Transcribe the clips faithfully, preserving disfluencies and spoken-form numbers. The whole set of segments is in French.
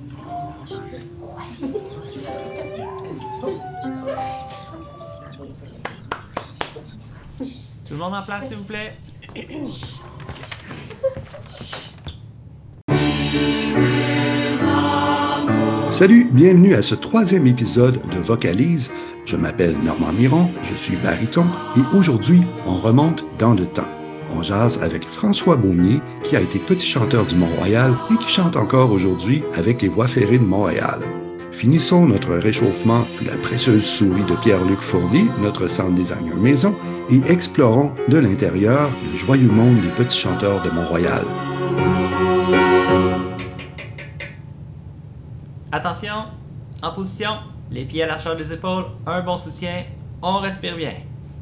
Tout le monde en place, s'il vous plaît. Salut, bienvenue à ce troisième épisode de Vocalise. Je m'appelle Normand Miron, je suis baryton et aujourd'hui, on remonte dans le temps. On jase avec François Beaumier, qui a été petit chanteur du Mont-Royal et qui chante encore aujourd'hui avec les Voies ferrées de Montréal. Finissons notre réchauffement sous la précieuse souris de Pierre-Luc Fournier, notre sound designer maison, et explorons de l'intérieur le joyeux monde des petits chanteurs de Mont-Royal. Attention, en position, les pieds à l'archeur des épaules, un bon soutien, on respire bien.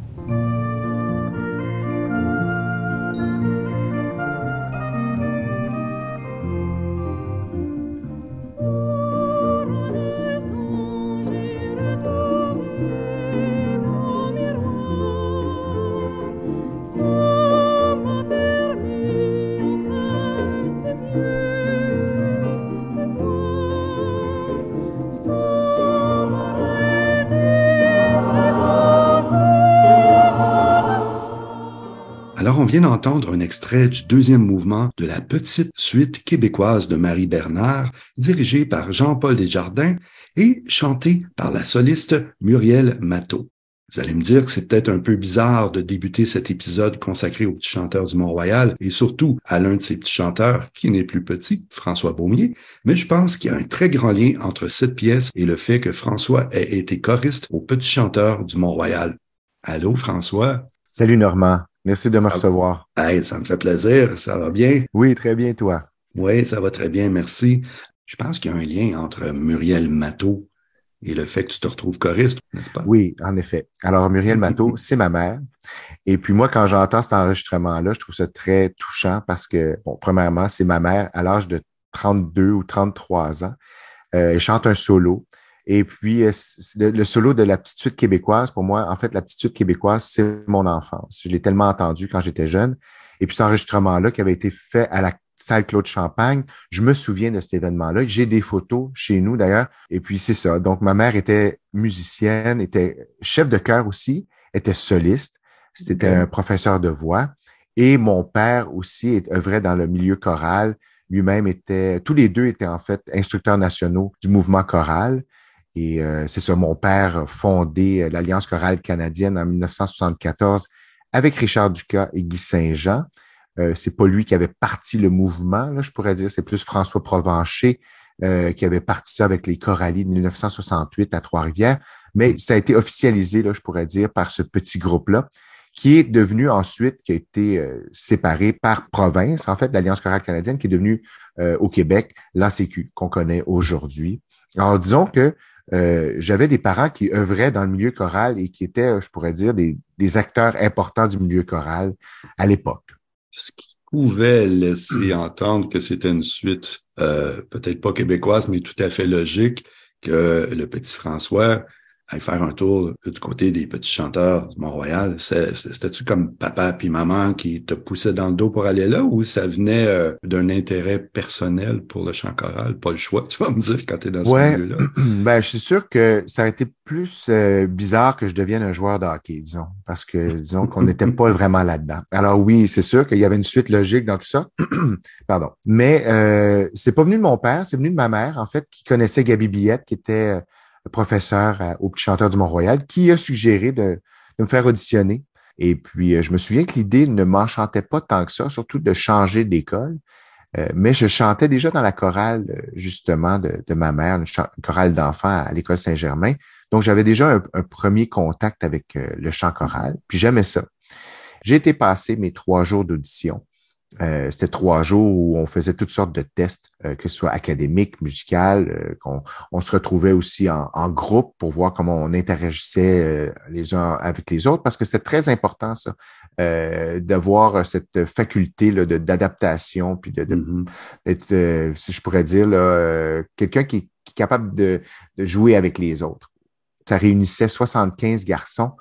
Alors, on vient d'entendre un extrait du deuxième mouvement de la petite suite québécoise de Marie Bernard, dirigée par Jean-Paul Desjardins et chantée par la soliste Muriel Matteau. Vous allez me dire que c'est peut-être un peu bizarre de débuter cet épisode consacré aux petits chanteurs du Mont-Royal et surtout à l'un de ces petits chanteurs qui n'est plus petit, François Beaumier, mais je pense qu'il y a un très grand lien entre cette pièce et le fait que François ait été choriste aux petits chanteurs du Mont-Royal. Allô, François? Salut Normand. Merci de me recevoir. Hey, ça me fait plaisir. Ça va bien? Oui, très bien, toi. Oui, ça va très bien, merci. Je pense qu'il y a un lien entre Muriel Matteau et le fait que tu te retrouves choriste, n'est-ce pas? Oui, en effet. Alors, Muriel Matteau, c'est ma mère. Et puis moi, quand j'entends cet enregistrement-là, je trouve ça très touchant parce que, bon, premièrement, c'est ma mère à l'âge de trente-deux ou trente-trois ans. Euh, elle chante un solo. Et puis, le, le solo de la petite suite québécoise, pour moi, en fait, la petite suite québécoise, c'est mon enfance. Je l'ai tellement entendu quand j'étais jeune. Et puis, cet enregistrement-là qui avait été fait à la salle Claude Champagne, je me souviens de cet événement-là. J'ai des photos chez nous, d'ailleurs. Et puis, c'est ça. Donc, ma mère était musicienne, était chef de chœur aussi, était soliste. C'était okay. Un professeur de voix. Et mon père aussi œuvrait dans le milieu choral. Lui-même était, tous les deux étaient en fait instructeurs nationaux du mouvement choral. Et euh, c'est ça, mon père a fondé l'Alliance chorale canadienne en dix-neuf cent soixante-quatorze avec Richard Ducas et Guy Saint-Jean. Euh, c'est pas lui qui avait parti le mouvement, là, je pourrais dire, c'est plus François Provencher euh, qui avait parti ça avec les Choraliers de dix-neuf cent soixante-huit à Trois-Rivières. Mais ça a été officialisé, là, je pourrais dire, par ce petit groupe-là, qui est devenu ensuite, qui a été euh, séparé par province, en fait, l'Alliance chorale canadienne, qui est devenue euh, au Québec l'A C Q, qu'on connaît aujourd'hui. Alors, disons que Euh, j'avais des parents qui œuvraient dans le milieu choral et qui étaient, je pourrais dire, des, des acteurs importants du milieu choral à l'époque. Ce qui pouvait laisser entendre que c'était une suite, euh, peut-être pas québécoise, mais tout à fait logique, que le petit François aille faire un tour du côté des petits chanteurs du Mont-Royal. C'est, c'était-tu comme papa puis maman qui te poussaient dans le dos pour aller là ou ça venait euh, d'un intérêt personnel pour le chant choral? Pas le choix, tu vas me dire, quand tu es dans ce ouais, milieu-là. Ben, je suis sûr que ça a été plus euh, bizarre que je devienne un joueur de hockey, disons, parce que, disons, qu'on n'était pas vraiment là-dedans. Alors oui, c'est sûr qu'il y avait une suite logique dans tout ça. Pardon. Mais euh, c'est pas venu de mon père, c'est venu de ma mère, en fait, qui connaissait Gaby Billette, qui était professeur à, au Petit Chanteur du Mont-Royal, qui a suggéré de, de me faire auditionner. Et puis, euh, je me souviens que l'idée ne m'enchantait pas tant que ça, surtout de changer d'école. Euh, mais je chantais déjà dans la chorale, euh, justement, de, de ma mère, une, ch- une chorale d'enfants à, à l'école Saint-Germain. Donc, j'avais déjà un, un premier contact avec euh, le chant choral, puis j'aimais ça. J'ai été passer mes trois jours d'audition. Euh, c'était trois jours où on faisait toutes sortes de tests, euh, que ce soit académique, musical, euh, qu'on on se retrouvait aussi en, en groupe pour voir comment on interagissait euh, les uns avec les autres, parce que c'était très important, ça, euh, d'avoir cette faculté là, de, d'adaptation, puis de, de Mm-hmm. d'être, euh, si je pourrais dire, là, euh, quelqu'un qui, qui est capable de, de jouer avec les autres. Ça réunissait soixante-quinze garçons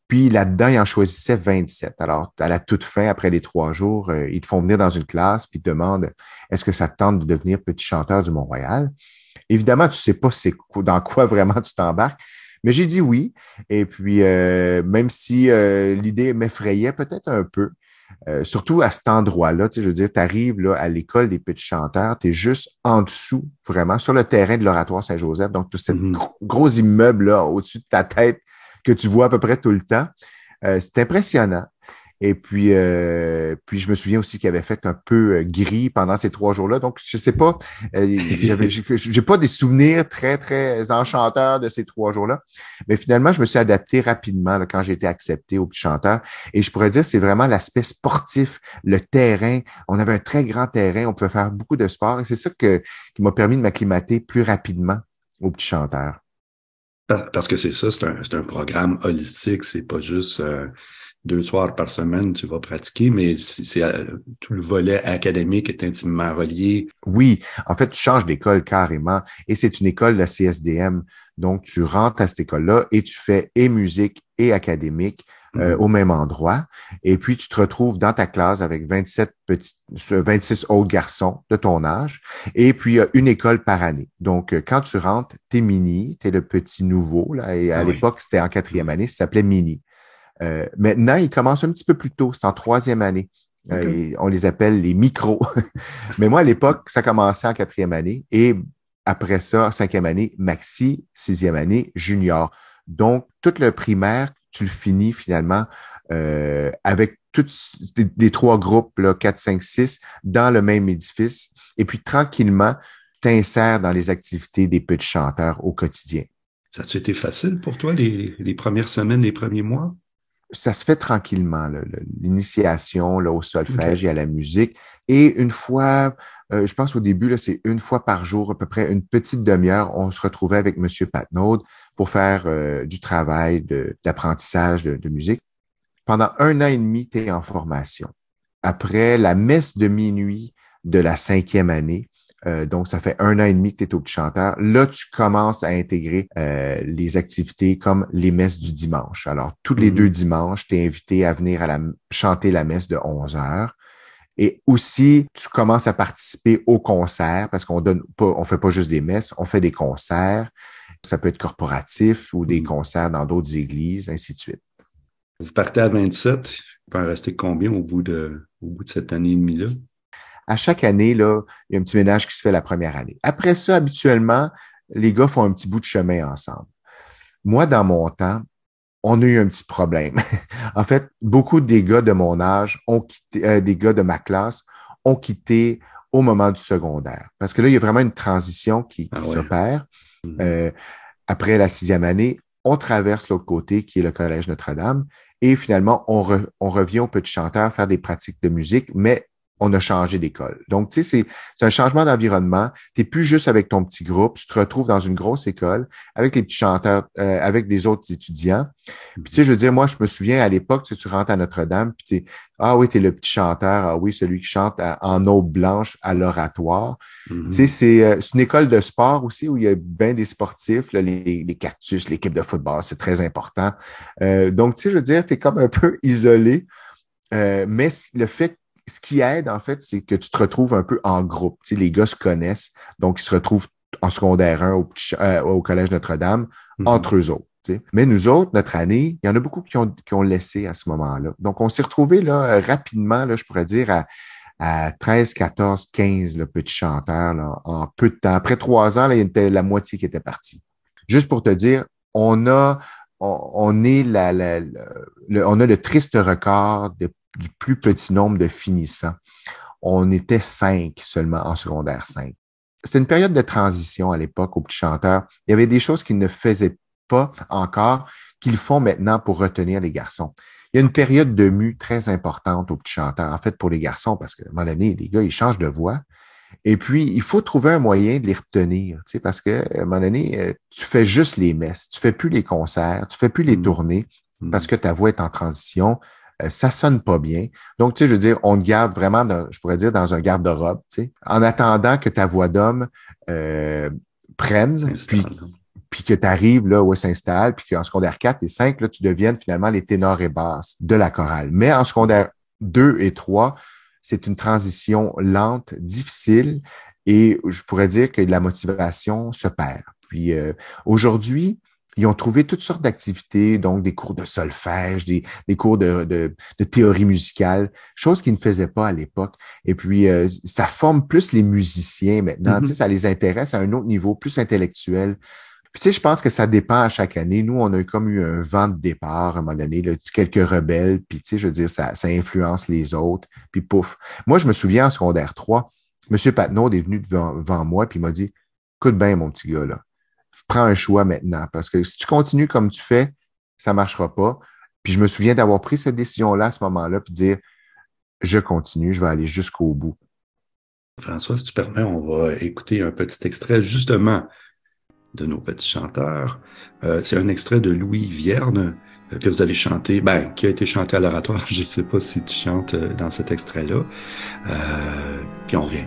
Puis là-dedans, ils en choisissaient vingt-sept. Alors, à la toute fin, après les trois jours, euh, ils te font venir dans une classe, puis ils te demandent, est-ce que ça te tente de devenir petit chanteur du Mont-Royal? Évidemment, tu sais pas c'est quoi- dans quoi vraiment tu t'embarques, mais j'ai dit oui. Et puis, euh, même si euh, l'idée m'effrayait peut-être un peu, euh, surtout à cet endroit-là, tu sais, je veux dire, tu arrives là, à l'école des petits chanteurs, tu es juste en dessous, vraiment, sur le terrain de l'Oratoire Saint-Joseph. Donc, tu as ce Mhm. gros, gros immeuble-là au-dessus de ta tête que tu vois à peu près tout le temps. Euh, c'est impressionnant. Et puis, euh, puis je me souviens aussi qu'il avait fait un peu euh, gris pendant ces trois jours-là. Donc, je sais pas, euh, j'avais, j'ai j'ai pas des souvenirs très, très enchanteurs de ces trois jours-là. Mais finalement, je me suis adapté rapidement là, quand j'ai été accepté au petit chanteur. Et je pourrais dire, c'est vraiment l'aspect sportif, le terrain. On avait un très grand terrain, on pouvait faire beaucoup de sport. Et c'est ça que, qui m'a permis de m'acclimater plus rapidement au petit chanteur. Par- Parce que c'est ça, c'est un, c'est un programme holistique, c'est pas juste euh, deux soirs par semaine tu vas pratiquer, mais c'est c'est, euh, tout le volet académique est intimement relié. Oui, en fait, tu changes d'école carrément et c'est une école, la C S D M. Donc, tu rentres à cette école-là et tu fais et musique et académique euh, Mhm. au même endroit. Et puis, tu te retrouves dans ta classe avec vingt-sept petits, vingt-six autres garçons de ton âge. Et puis, il y a une école par année. Donc, euh, quand tu rentres, t'es mini, t'es le petit nouveau. Là, et à Ah oui. l'époque, c'était en quatrième année, ça s'appelait mini. Euh, maintenant, ils commencent un petit peu plus tôt, c'est en troisième année. Euh, OK. et on les appelle les micros. Mais moi, à l'époque, ça commençait en quatrième année et après ça, cinquième année, maxi, sixième année, junior. Donc, tout le primaire, tu le finis finalement euh, avec toutes des, des trois groupes, là, quatre, cinq, six, dans le même édifice. Et puis, tranquillement, t'insères dans les activités des petits chanteurs au quotidien. Ça a-tu été facile pour toi les, les premières semaines, les premiers mois? Ça se fait tranquillement, là, le- l'initiation là, au OK. solfège et à la musique. Et une fois, euh, je pense au début, là, c'est une fois par jour, à peu près une petite demi-heure, on se retrouvait avec Monsieur Patnaud pour faire euh, du travail de- d'apprentissage de, de musique. Pendant un an et demi, tu es en formation. Après la messe de minuit de la cinquième année, euh, donc ça fait un an et demi que tu es au petit chanteur, là, tu commences à intégrer euh, les activités comme les messes du dimanche. Alors, tous les deux Mhm. dimanches, tu es invité à venir à la, chanter la messe de onze heures. Et aussi, tu commences à participer aux concerts parce qu'on donne pas, on fait pas juste des messes, on fait des concerts. Ça peut être corporatif ou des Mhm. concerts dans d'autres églises, ainsi de suite. Vous partez à vingt-sept, il peut en rester combien au bout de, au bout de cette année et demie-là? À chaque année, là, il y a un petit ménage qui se fait la première année. Après ça, habituellement, les gars font un petit bout de chemin ensemble. Moi, dans mon temps, on a eu un petit problème. En fait, beaucoup des gars de mon âge ont quitté, euh, des gars de ma classe ont quitté au moment du secondaire. Parce que là, il y a vraiment une transition qui, Ah qui ouais. s'opère. Mhm. Euh, après la sixième année, on traverse l'autre côté, qui est le Collège Notre-Dame, et finalement, on, re- on revient au petit chanteur faire des pratiques de musique, mais on a changé d'école. Donc, tu sais, c'est c'est un changement d'environnement. Tu n'es plus juste avec ton petit groupe, tu te retrouves dans une grosse école avec les petits chanteurs, euh, avec des autres étudiants. Puis, tu sais, je veux dire, moi, je me souviens à l'époque, tu sais, tu rentres à Notre-Dame, puis tu ah oui, tu es le petit chanteur, ah oui, celui qui chante à- en eau blanche à l'oratoire. Tu sais, Mhm. c'est euh, c'est une école de sport aussi où il y a bien des sportifs, là, les, les Cactus, l'équipe de football, c'est très important. Euh, donc, tu sais, je veux dire, tu es comme un peu isolé, euh, mais c- le fait, ce qui aide, en fait, c'est que tu te retrouves un peu en groupe. Tu sais, les gars se connaissent, donc ils se retrouvent en secondaire un au, petit ch- euh, au Collège Notre-Dame, Mhm. entre eux autres. Tu sais. Mais nous autres, notre année, il y en a beaucoup qui ont, qui ont laissé à ce moment-là. Donc, on s'est retrouvés là, euh, rapidement, là, je pourrais dire, à, à treize, quatorze, quinze, le petit chanteur, là, en peu de temps. Après trois ans, là, il y était la moitié qui était partie. Juste pour te dire, on a, on, on est la, la- la- le, on a le triste record de- du plus petit nombre de finissants. On était cinq seulement en secondaire cinq. C'était une période de transition à l'époque au petit chanteur. Il y avait des choses qu'ils ne faisaient pas encore, qu'ils font maintenant pour retenir les garçons. Il y a une OK. période de mue très importante au petit chanteur, en fait, pour les garçons, parce qu'à un moment donné, les gars, ils changent de voix. Et puis, il faut trouver un moyen de les retenir, tu sais, parce qu'à un moment donné, euh, tu fais juste les messes, tu fais plus les concerts, tu fais plus les Mhm. tournées parce Mhm. que ta voix est en transition, euh, ça sonne pas bien. Donc, tu sais, je veux dire, on te garde vraiment, dans, je pourrais dire, dans un garde-robe, tu sais, en attendant que ta voix d'homme euh, prenne, puis S'installe. puis que tu arrives là où elle s'installe, puis qu'en secondaire quatre et cinq, là, tu deviennes finalement les ténors et basses de la chorale. Mais en secondaire deux et trois, c'est une transition lente, difficile, et je pourrais dire que la motivation se perd. Puis euh, aujourd'hui, ils ont trouvé toutes sortes d'activités, donc des cours de solfège, des, des cours de, de, de théorie musicale, chose qu'ils ne faisaient pas à l'époque. Et puis, euh, ça forme plus les musiciens maintenant. Mm-hmm. Tu sais, ça les intéresse à un autre niveau, plus intellectuel. Puis, tu sais, je pense que ça dépend à chaque année. Nous, on a comme eu un vent de départ à un moment donné, là, quelques rebelles, puis, tu sais, je veux dire, ça, ça influence les autres, puis pouf. Moi, je me souviens en secondaire trois, M. Patnaud est venu devant, devant moi, puis il m'a dit, écoute bien, mon petit gars, là. Prends un choix maintenant, parce que si tu continues comme tu fais, ça ne marchera pas. Puis je me souviens d'avoir pris cette décision-là à ce moment-là, puis de dire, je continue, je vais aller jusqu'au bout. François, si tu permets, on va écouter un petit extrait justement de nos petits chanteurs. Euh, c'est un extrait de Louis Vierne euh, que vous avez chanté, ben, qui a été chanté à l'oratoire. Je ne sais pas si tu chantes euh, dans cet extrait-là. Euh, puis on revient.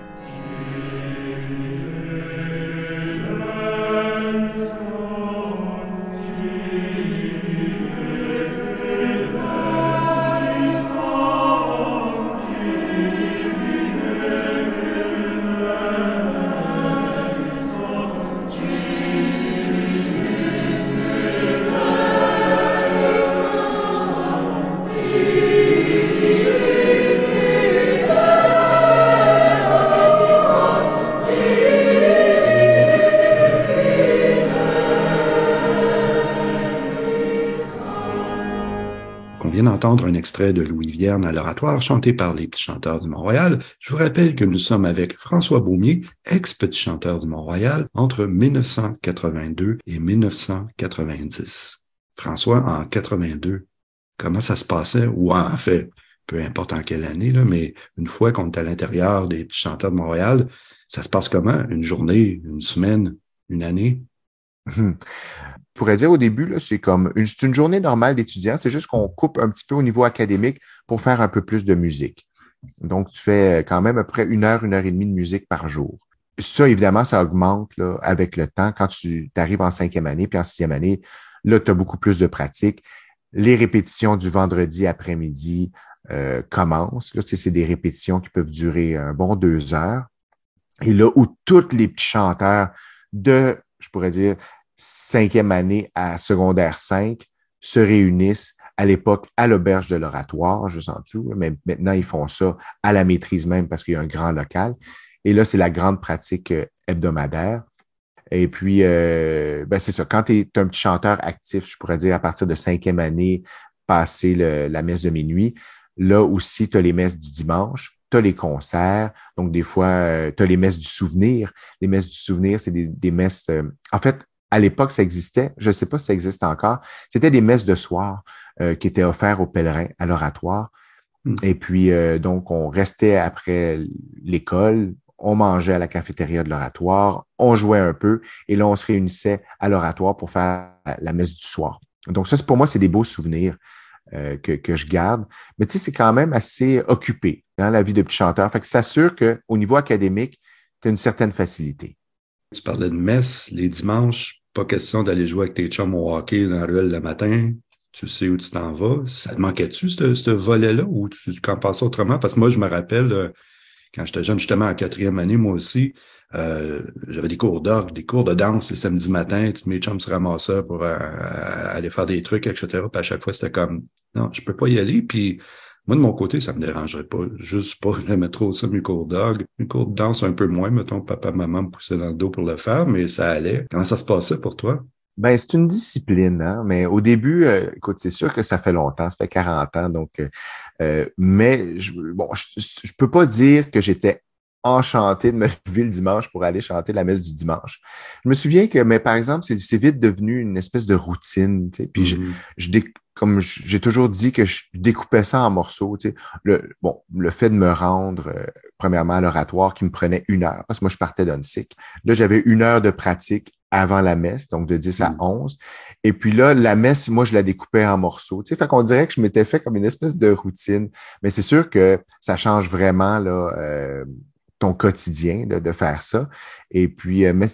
Entendre un extrait de Louis Vierne à l'oratoire chanté par les Petits Chanteurs du Mont-Royal. Je vous rappelle que nous sommes avec François Beaumier, ex-Petit Chanteur du Mont-Royal, entre mille neuf cent quatre-vingt-deux et mille neuf cent quatre-vingt-dix. François, en quatre-vingt-deux, comment ça se passait? Ou en fait, peu importe en quelle année, là, mais une fois qu'on est à l'intérieur des Petits Chanteurs de Mont-Royal, ça se passe comment? Une journée, une semaine, une année? Hum. Je pourrais dire au début, là, c'est comme une, c'est une journée normale d'étudiant, c'est juste qu'on coupe un petit peu au niveau académique pour faire un peu plus de musique. Donc, tu fais quand même à peu près une heure, une heure et demie de musique par jour. Ça, évidemment, ça augmente là, avec le temps. Quand tu arrives en cinquième année, puis en sixième année, là, tu as beaucoup plus de pratique. Les répétitions du vendredi après-midi euh, commencent. Là, tu sais, c'est des répétitions qui peuvent durer un bon deux heures. Et là, où tous les petits chanteurs de, je pourrais dire, cinquième année à secondaire cinq se réunissent à l'époque à l'auberge de l'oratoire, juste en dessous, mais maintenant ils font ça à la maîtrise même parce qu'il y a un grand local. Et là, c'est la grande pratique hebdomadaire. Et puis, euh, ben c'est ça, quand tu es un petit chanteur actif, je pourrais dire à partir de cinquième année, passer le, la messe de minuit, là aussi, tu as les messes du dimanche, tu as les concerts, donc des fois, euh, tu as les messes du souvenir. Les messes du souvenir, c'est des, des messes, euh, en fait, à l'époque, ça existait. Je ne sais pas si ça existe encore. C'était des messes de soir euh, qui étaient offertes aux pèlerins à l'oratoire. Mm. Et puis, euh, donc, on restait après l'école, on mangeait à la cafétéria de l'oratoire, on jouait un peu, et là, on se réunissait à l'oratoire pour faire la messe du soir. Donc, ça, pour moi, c'est des beaux souvenirs euh, que, que je garde. Mais tu sais, c'est quand même assez occupé, hein, la vie de petit chanteur. Fait que ça s'assure qu'au niveau académique, tu as une certaine facilité. Tu parlais de messe les dimanches. Pas question d'aller jouer avec tes chums au hockey dans la ruelle le matin. Tu sais où tu t'en vas. Ça te manquait-tu, ce, ce volet-là, ou tu en passais autrement? Parce que moi, je me rappelle, euh, quand j'étais jeune, justement, en quatrième année, moi aussi, euh, j'avais des cours d'orgue, des cours de danse le samedi matin. Mes chums se ramassaient pour euh, aller faire des trucs, et cetera. Puis à chaque fois, c'était comme, non, je peux pas y aller. Puis moi, de mon côté, ça me dérangerait pas. Juste pas, j'aimais trop ça, mes cours d'orgue. Mes cours de danse, un peu moins. Mettons, papa, maman me poussaient dans le dos pour le faire, mais ça allait. Comment ça se passait pour toi? Ben, c'est une discipline, hein? Mais au début, euh, écoute, c'est sûr que ça fait longtemps, ça fait quarante ans, donc, euh, mais je, bon, je, je peux pas dire que j'étais enchanté de me lever le dimanche pour aller chanter la messe du dimanche. Je me souviens que, mais par exemple, c'est, c'est vite devenu une espèce de routine, tu sais, puis mm-hmm. je, je dé, comme j'ai toujours dit que je découpais ça en morceaux, tu sais, le, bon, le fait de me rendre, euh, premièrement à l'oratoire qui me prenait une heure, parce que moi, je partais d'Onsic. Là, j'avais une heure de pratique avant la messe, donc de dix à onze. Et puis là, la messe, moi, je la découpais en morceaux. Tu sais, fait qu'on dirait que je m'étais fait comme une espèce de routine. Mais c'est sûr que ça change vraiment là, euh, ton quotidien de, de faire ça. Et puis, euh, mais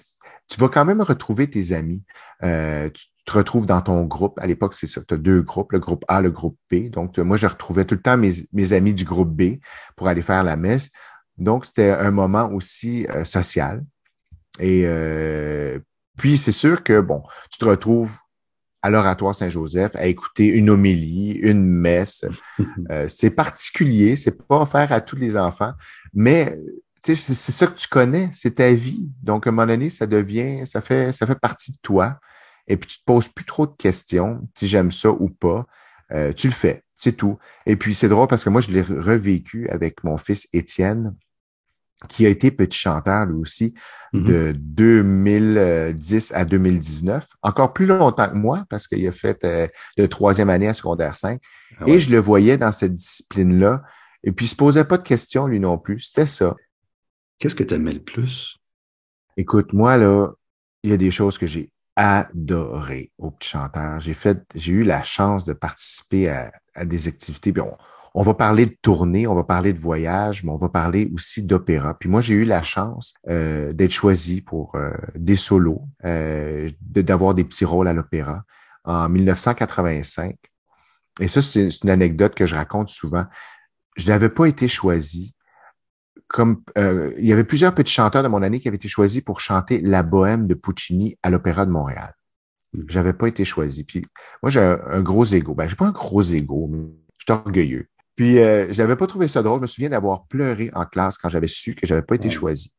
tu vas quand même retrouver tes amis. Euh, tu te retrouves dans ton groupe. À l'époque, c'est ça. Tu as deux groupes, le groupe A, le groupe B. Donc, moi, je retrouvais tout le temps mes, mes amis du groupe B pour aller faire la messe. Donc, c'était un moment aussi euh, social. Et euh, puis, c'est sûr que, bon, tu te retrouves à l'Oratoire Saint-Joseph à écouter une homélie, une messe. Euh, c'est particulier, c'est pas offert à tous les enfants, mais tu sais, c'est, c'est ça que tu connais, c'est ta vie. Donc, à un moment donné, ça devient, ça fait, ça fait partie de toi. Et puis, tu te poses plus trop de questions, si j'aime ça ou pas. Euh, tu le fais, c'est tout. Et puis, c'est drôle parce que moi, je l'ai revécu avec mon fils Étienne, qui a été petit chanteur lui aussi de mm-hmm. deux mille dix à deux mille dix-neuf, encore plus longtemps que moi parce qu'il a fait euh, le troisième année à secondaire cinq. Ah ouais. Et je le voyais dans cette discipline-là. Et puis, il se posait pas de questions, lui non plus. C'était ça. Qu'est-ce que tu aimais le plus? Écoute, moi, là, il y a des choses que j'ai adorées au petit chanteur. J'ai fait, j'ai eu la chance de participer à, à des activités. Puis on, On va parler de tournée, on va parler de voyage, mais on va parler aussi d'opéra. Puis moi, j'ai eu la chance euh, d'être choisi pour euh, des solos, euh, de, d'avoir des petits rôles à l'opéra en dix-neuf cent quatre-vingt-cinq. Et ça, c'est, c'est une anecdote que je raconte souvent. Je n'avais pas été choisi. Comme euh, il y avait plusieurs petits chanteurs de mon année qui avaient été choisis pour chanter la Bohème de Puccini à l'Opéra de Montréal. J'avais pas été choisi. Puis moi, j'ai un, un gros ego. Ben, j'ai pas un gros ego, mais je suis orgueilleux. Puis, euh, je n'avais pas trouvé ça drôle. Je me souviens d'avoir pleuré en classe quand j'avais su que je n'avais pas été choisi.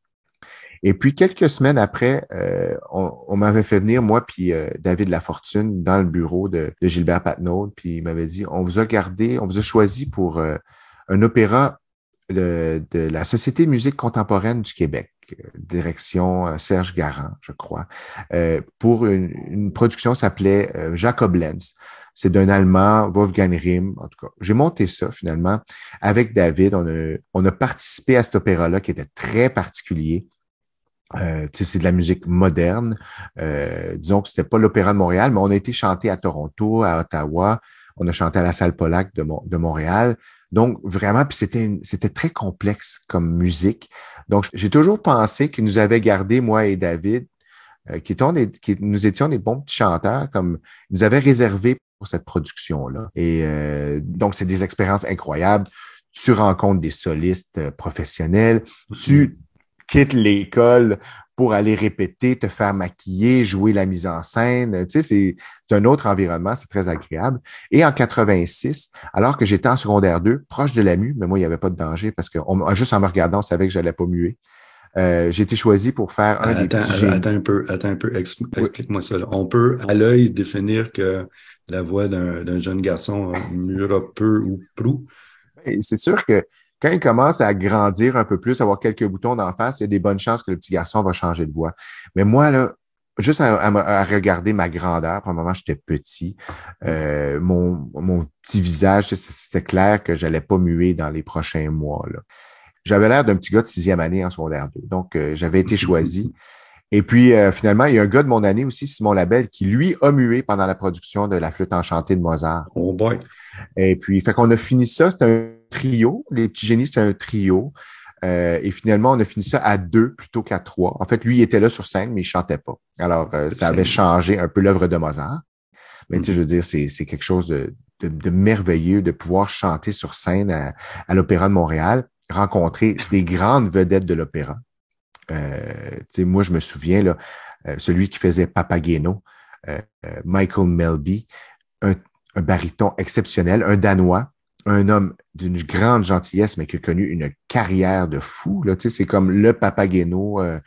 Et puis, quelques semaines après, euh, on, on m'avait fait venir, moi puis euh, David Lafortune, dans le bureau de, de Gilbert Patnaud. Puis, il m'avait dit, on vous a gardé, on vous a choisi pour euh, un opéra de, de la Société de musique contemporaine du Québec, direction euh, Serge Garand, je crois, euh, pour une, une production qui s'appelait euh, Jacob Lenz. C'est d'un Allemand, Wolfgang Rihm. En tout cas, j'ai monté ça finalement avec David. On a, on a participé à cet opéra-là qui était très particulier. Euh, tu sais, c'est de la musique moderne. Euh, disons que c'était pas l'Opéra de Montréal, mais on a été chanté à Toronto, à Ottawa. On a chanté à la Salle Polac de, Mon- de Montréal. Donc, vraiment, puis c'était, une, c'était très complexe comme musique. Donc, j'ai toujours pensé qu'ils nous avaient gardé, moi et David, euh, qui, étions des, qui nous étions des bons petits chanteurs, comme ils nous avaient réservé pour cette production-là. Et euh, donc, c'est des expériences incroyables. Tu rencontres des solistes euh, professionnels, tu quittes l'école pour aller répéter, te faire maquiller, jouer la mise en scène. Tu sais, c'est, c'est un autre environnement, c'est très agréable. Et en quatre-vingt-six, alors que j'étais en secondaire deux, proche de la mue, mais moi, il n'y avait pas de danger parce que on, juste en me regardant, on savait que j'allais pas muer. Euh, j'ai été choisi pour faire un attends, des petits génies. Attends un peu, attends un peu, Ex- explique-moi ça. Là. On peut, à l'œil, définir que la voix d'un, d'un jeune garçon euh, muera peu ou prou. Et c'est sûr que quand il commence à grandir un peu plus, avoir quelques boutons d'en face, il y a des bonnes chances que le petit garçon va changer de voix. Mais moi, là, juste à, à, à regarder ma grandeur, pour un moment, j'étais petit, euh, mon, mon petit visage, c'était clair que j'allais pas muer dans les prochains mois, là. J'avais l'air d'un petit gars de sixième année en secondaire deux. Donc, euh, j'avais été choisi. Et puis, euh, finalement, il y a un gars de mon année aussi, Simon Labelle, qui, lui, a mué pendant la production de La Flûte enchantée de Mozart. Oh boy! Et puis, fait qu'on a fini ça, c'était un trio. Les petits génies, c'était un trio. Euh, et finalement, on a fini ça à deux plutôt qu'à trois. En fait, lui, il était là sur scène, mais il chantait pas. Alors, euh, ça avait changé un peu l'œuvre de Mozart. Mais tu sais, je veux dire, c'est, c'est quelque chose de, de, de merveilleux de pouvoir chanter sur scène à, à l'Opéra de Montréal, rencontrer des grandes vedettes de l'opéra. Euh, tu sais, moi, je me souviens, là, euh, celui qui faisait Papageno, euh, euh, Michael Melby, un, un baryton exceptionnel, un Danois, un homme d'une grande gentillesse, mais qui a connu une carrière de fou. Là, tu sais, c'est comme le Papageno, euh,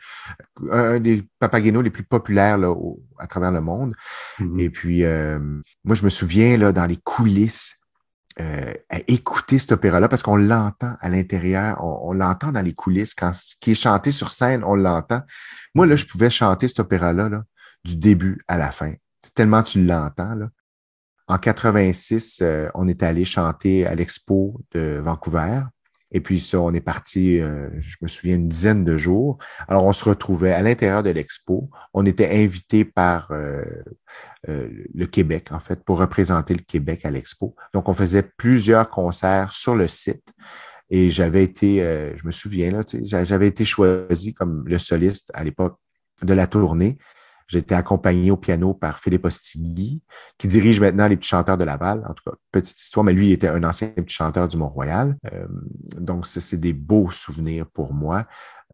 un des Papageno les plus populaires là, au, à travers le monde. Mm-hmm. Et puis, euh, moi, je me souviens, là, dans les coulisses, Euh, à écouter cet opéra-là parce qu'on l'entend à l'intérieur, on, on l'entend dans les coulisses. Quand ce qui est chanté sur scène, on l'entend. Moi, là, je pouvais chanter cet opéra-là là, du début à la fin. C'est tellement tu l'entends. Là. En quatre-vingt-six, euh, on est allé chanter à l'Expo de Vancouver. Et puis ça, on est parti, euh, je me souviens, une dizaine de jours. Alors, on se retrouvait à l'intérieur de l'Expo. On était invité par euh, euh, le Québec, en fait, pour représenter le Québec à l'Expo. Donc, on faisait plusieurs concerts sur le site. Et j'avais été, euh, je me souviens, là, tu sais, j'avais été choisi comme le soliste à l'époque de la tournée. J'ai été accompagné au piano par Philippe Ostigui, qui dirige maintenant les Petits Chanteurs de Laval. En tout cas, petite histoire, mais lui il était un ancien petit chanteur du Mont-Royal. Euh, donc, ça, c'est des beaux souvenirs pour moi.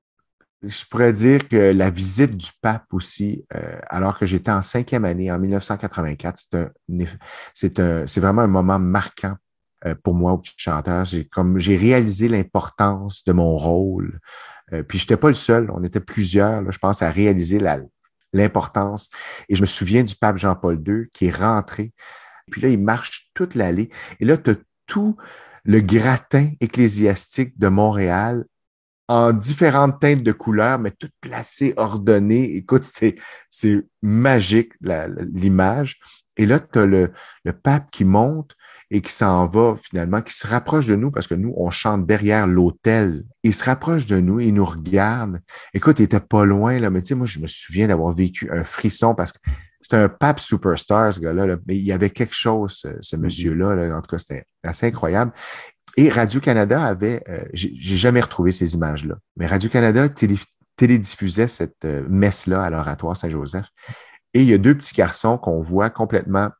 Je pourrais dire que la visite du pape aussi, euh, alors que j'étais en cinquième année, en mille neuf cent quatre-vingt-quatre, c'est un, c'est un, c'est vraiment un moment marquant euh, pour moi au petit chanteur. J'ai comme j'ai réalisé l'importance de mon rôle. Euh, puis j'étais pas le seul, on était plusieurs, là, je pense, à réaliser la, l'importance. Et je me souviens du pape Jean-Paul deux qui est rentré. Puis là, il marche toute l'allée. Et là, tu as tout le gratin ecclésiastique de Montréal en différentes teintes de couleurs, mais toutes placées, ordonnées. Écoute, c'est, c'est magique, la, la, l'image. Et là, tu as le, le pape qui monte et qui s'en va finalement, qui se rapproche de nous parce que nous, on chante derrière l'autel. Il se rapproche de nous, il nous regarde. Écoute, il était pas loin, là, mais tu sais, moi, je me souviens d'avoir vécu un frisson parce que c'est un pape superstar, ce gars-là, là, mais il y avait quelque chose, ce, ce monsieur-là, là, en tout cas, c'était assez incroyable. Et Radio-Canada avait, euh, j'ai, j'ai jamais retrouvé ces images-là, mais Radio-Canada télé, télédiffusait cette euh, messe-là à l'Oratoire Saint-Joseph. Et il y a deux petits garçons qu'on voit complètement,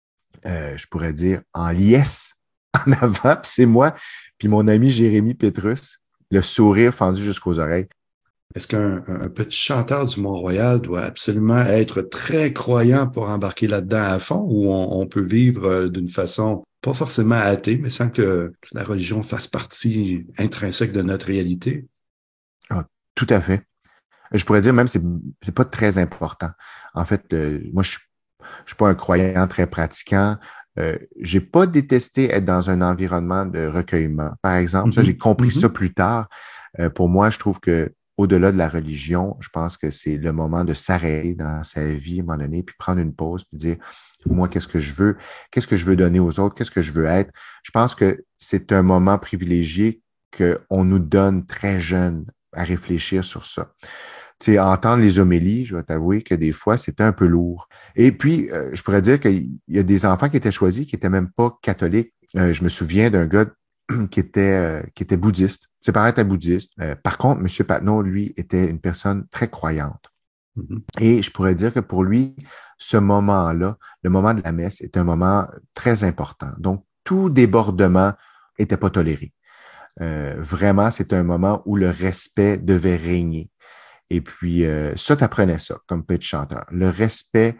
euh, je pourrais dire, en liesse en avant. Puis c'est moi, puis mon ami Jérémy Pétrus, le sourire fendu jusqu'aux oreilles. Est-ce qu'un un petit chanteur du Mont-Royal doit absolument être très croyant pour embarquer là-dedans à fond, ou on, on peut vivre d'une façon pas forcément athée, mais sans que la religion fasse partie intrinsèque de notre réalité? Ah, tout à fait. Je pourrais dire même c'est c'est pas très important. En fait, euh, moi je suis je suis pas un croyant très pratiquant. Euh, j'ai pas détesté être dans un environnement de recueillement. Par exemple, mm-hmm. ça j'ai compris mm-hmm. ça plus tard. Euh, pour moi, je trouve que au-delà de la religion, je pense que c'est le moment de s'arrêter dans sa vie à un moment donné, puis prendre une pause, puis dire moi qu'est-ce que je veux, qu'est-ce que je veux donner aux autres, qu'est-ce que je veux être. Je pense que c'est un moment privilégié qu'on nous donne très jeune à réfléchir sur ça. Tu sais, entendre les homélies, je vais t'avouer que des fois, c'était un peu lourd. Et puis, euh, je pourrais dire qu'il y a des enfants qui étaient choisis qui étaient même pas catholiques. Euh, je me souviens d'un gars qui était euh, qui était bouddhiste. Ses parents étaient bouddhistes. Euh, par contre, M. Patnaud, lui, était une personne très croyante. Mm-hmm. Et je pourrais dire que pour lui, ce moment-là, le moment de la messe, est un moment très important. Donc, tout débordement n'était pas toléré. Euh, vraiment, c'est un moment où le respect devait régner. Et puis, euh, ça, tu apprenais ça comme petit chanteur. Le respect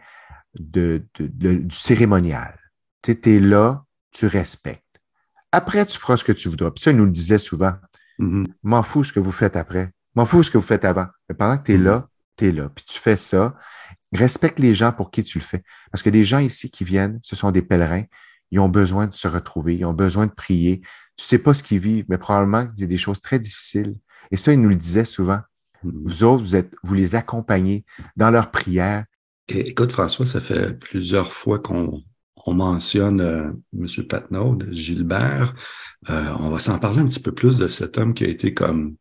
de, de, de, du cérémonial. Tu es là, tu respectes. Après, tu feras ce que tu voudras. Puis ça, il nous le disait souvent. Mm-hmm. M'en fous ce que vous faites après. M'en fous ce que vous faites avant. Mais pendant que tu es mm-hmm. là, tu es là. Puis tu fais ça. Respecte les gens pour qui tu le fais. Parce que les gens ici qui viennent, ce sont des pèlerins. Ils ont besoin de se retrouver. Ils ont besoin de prier. Tu sais pas ce qu'ils vivent, mais probablement qu'il y a des choses très difficiles. Et ça, il nous le disait souvent. Vous autres, vous êtes, vous les accompagnez dans leurs prières. Et, écoute, François, ça fait plusieurs fois qu'on on mentionne euh, M. Patnaud, Gilbert. Euh, on va s'en parler un petit peu plus de cet homme qui a été comme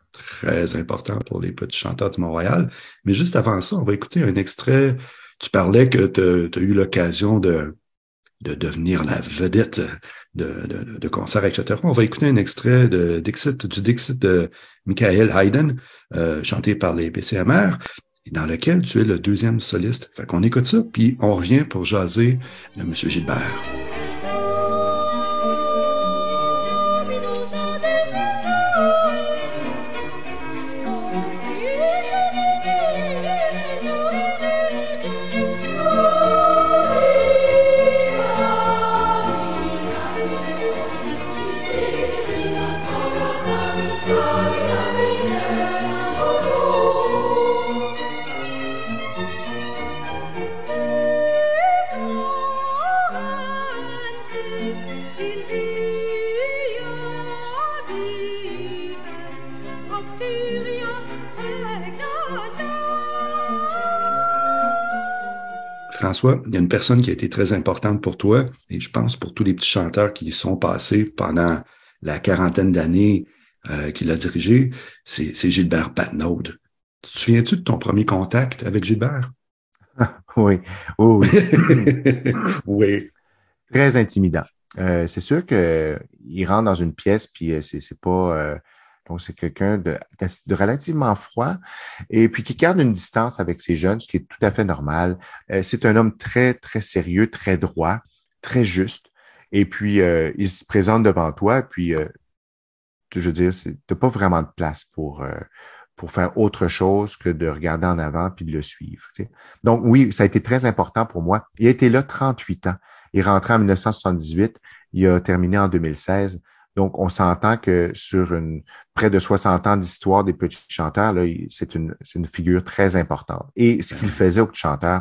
très important pour les petits chanteurs du Mont-Royal. Mais juste avant ça, on va écouter un extrait. Tu parlais que tu as eu l'occasion de, de devenir la vedette de, de, de concerts, et cetera. On va écouter un extrait de Dixit, du Dixit de Michael Haydn, euh, chanté par les P C M R, dans lequel tu es le deuxième soliste. Fait qu'on écoute ça, puis on revient pour jaser de M. Gilbert. François, il y a une personne qui a été très importante pour toi, et je pense pour tous les petits chanteurs qui y sont passés pendant la quarantaine d'années euh, qu'il a dirigé, c'est, c'est Gilbert Patnaud. Tu te souviens-tu de ton premier contact avec Gilbert? Oui, oui, oui. Oui. Très intimidant. Euh, c'est sûr que il rentre dans une pièce, puis c'est, c'est pas... Euh, Donc, c'est quelqu'un de, de relativement froid et puis qui garde une distance avec ses jeunes, ce qui est tout à fait normal. Euh, c'est un homme très, très sérieux, très droit, très juste. Et puis, euh, il se présente devant toi, puis, euh, je veux dire, tu n'as pas vraiment de place pour, euh, pour faire autre chose que de regarder en avant puis de le suivre. Tu sais. Donc, oui, ça a été très important pour moi. Il a été là trente-huit ans. Il est rentré en dix-neuf cent soixante-dix-huit. Il a terminé en deux mille seize. Donc, on s'entend que sur une près de soixante ans d'histoire des petits chanteurs, là, c'est une, c'est une figure très importante. Et ce qu'il faisait aux petits chanteurs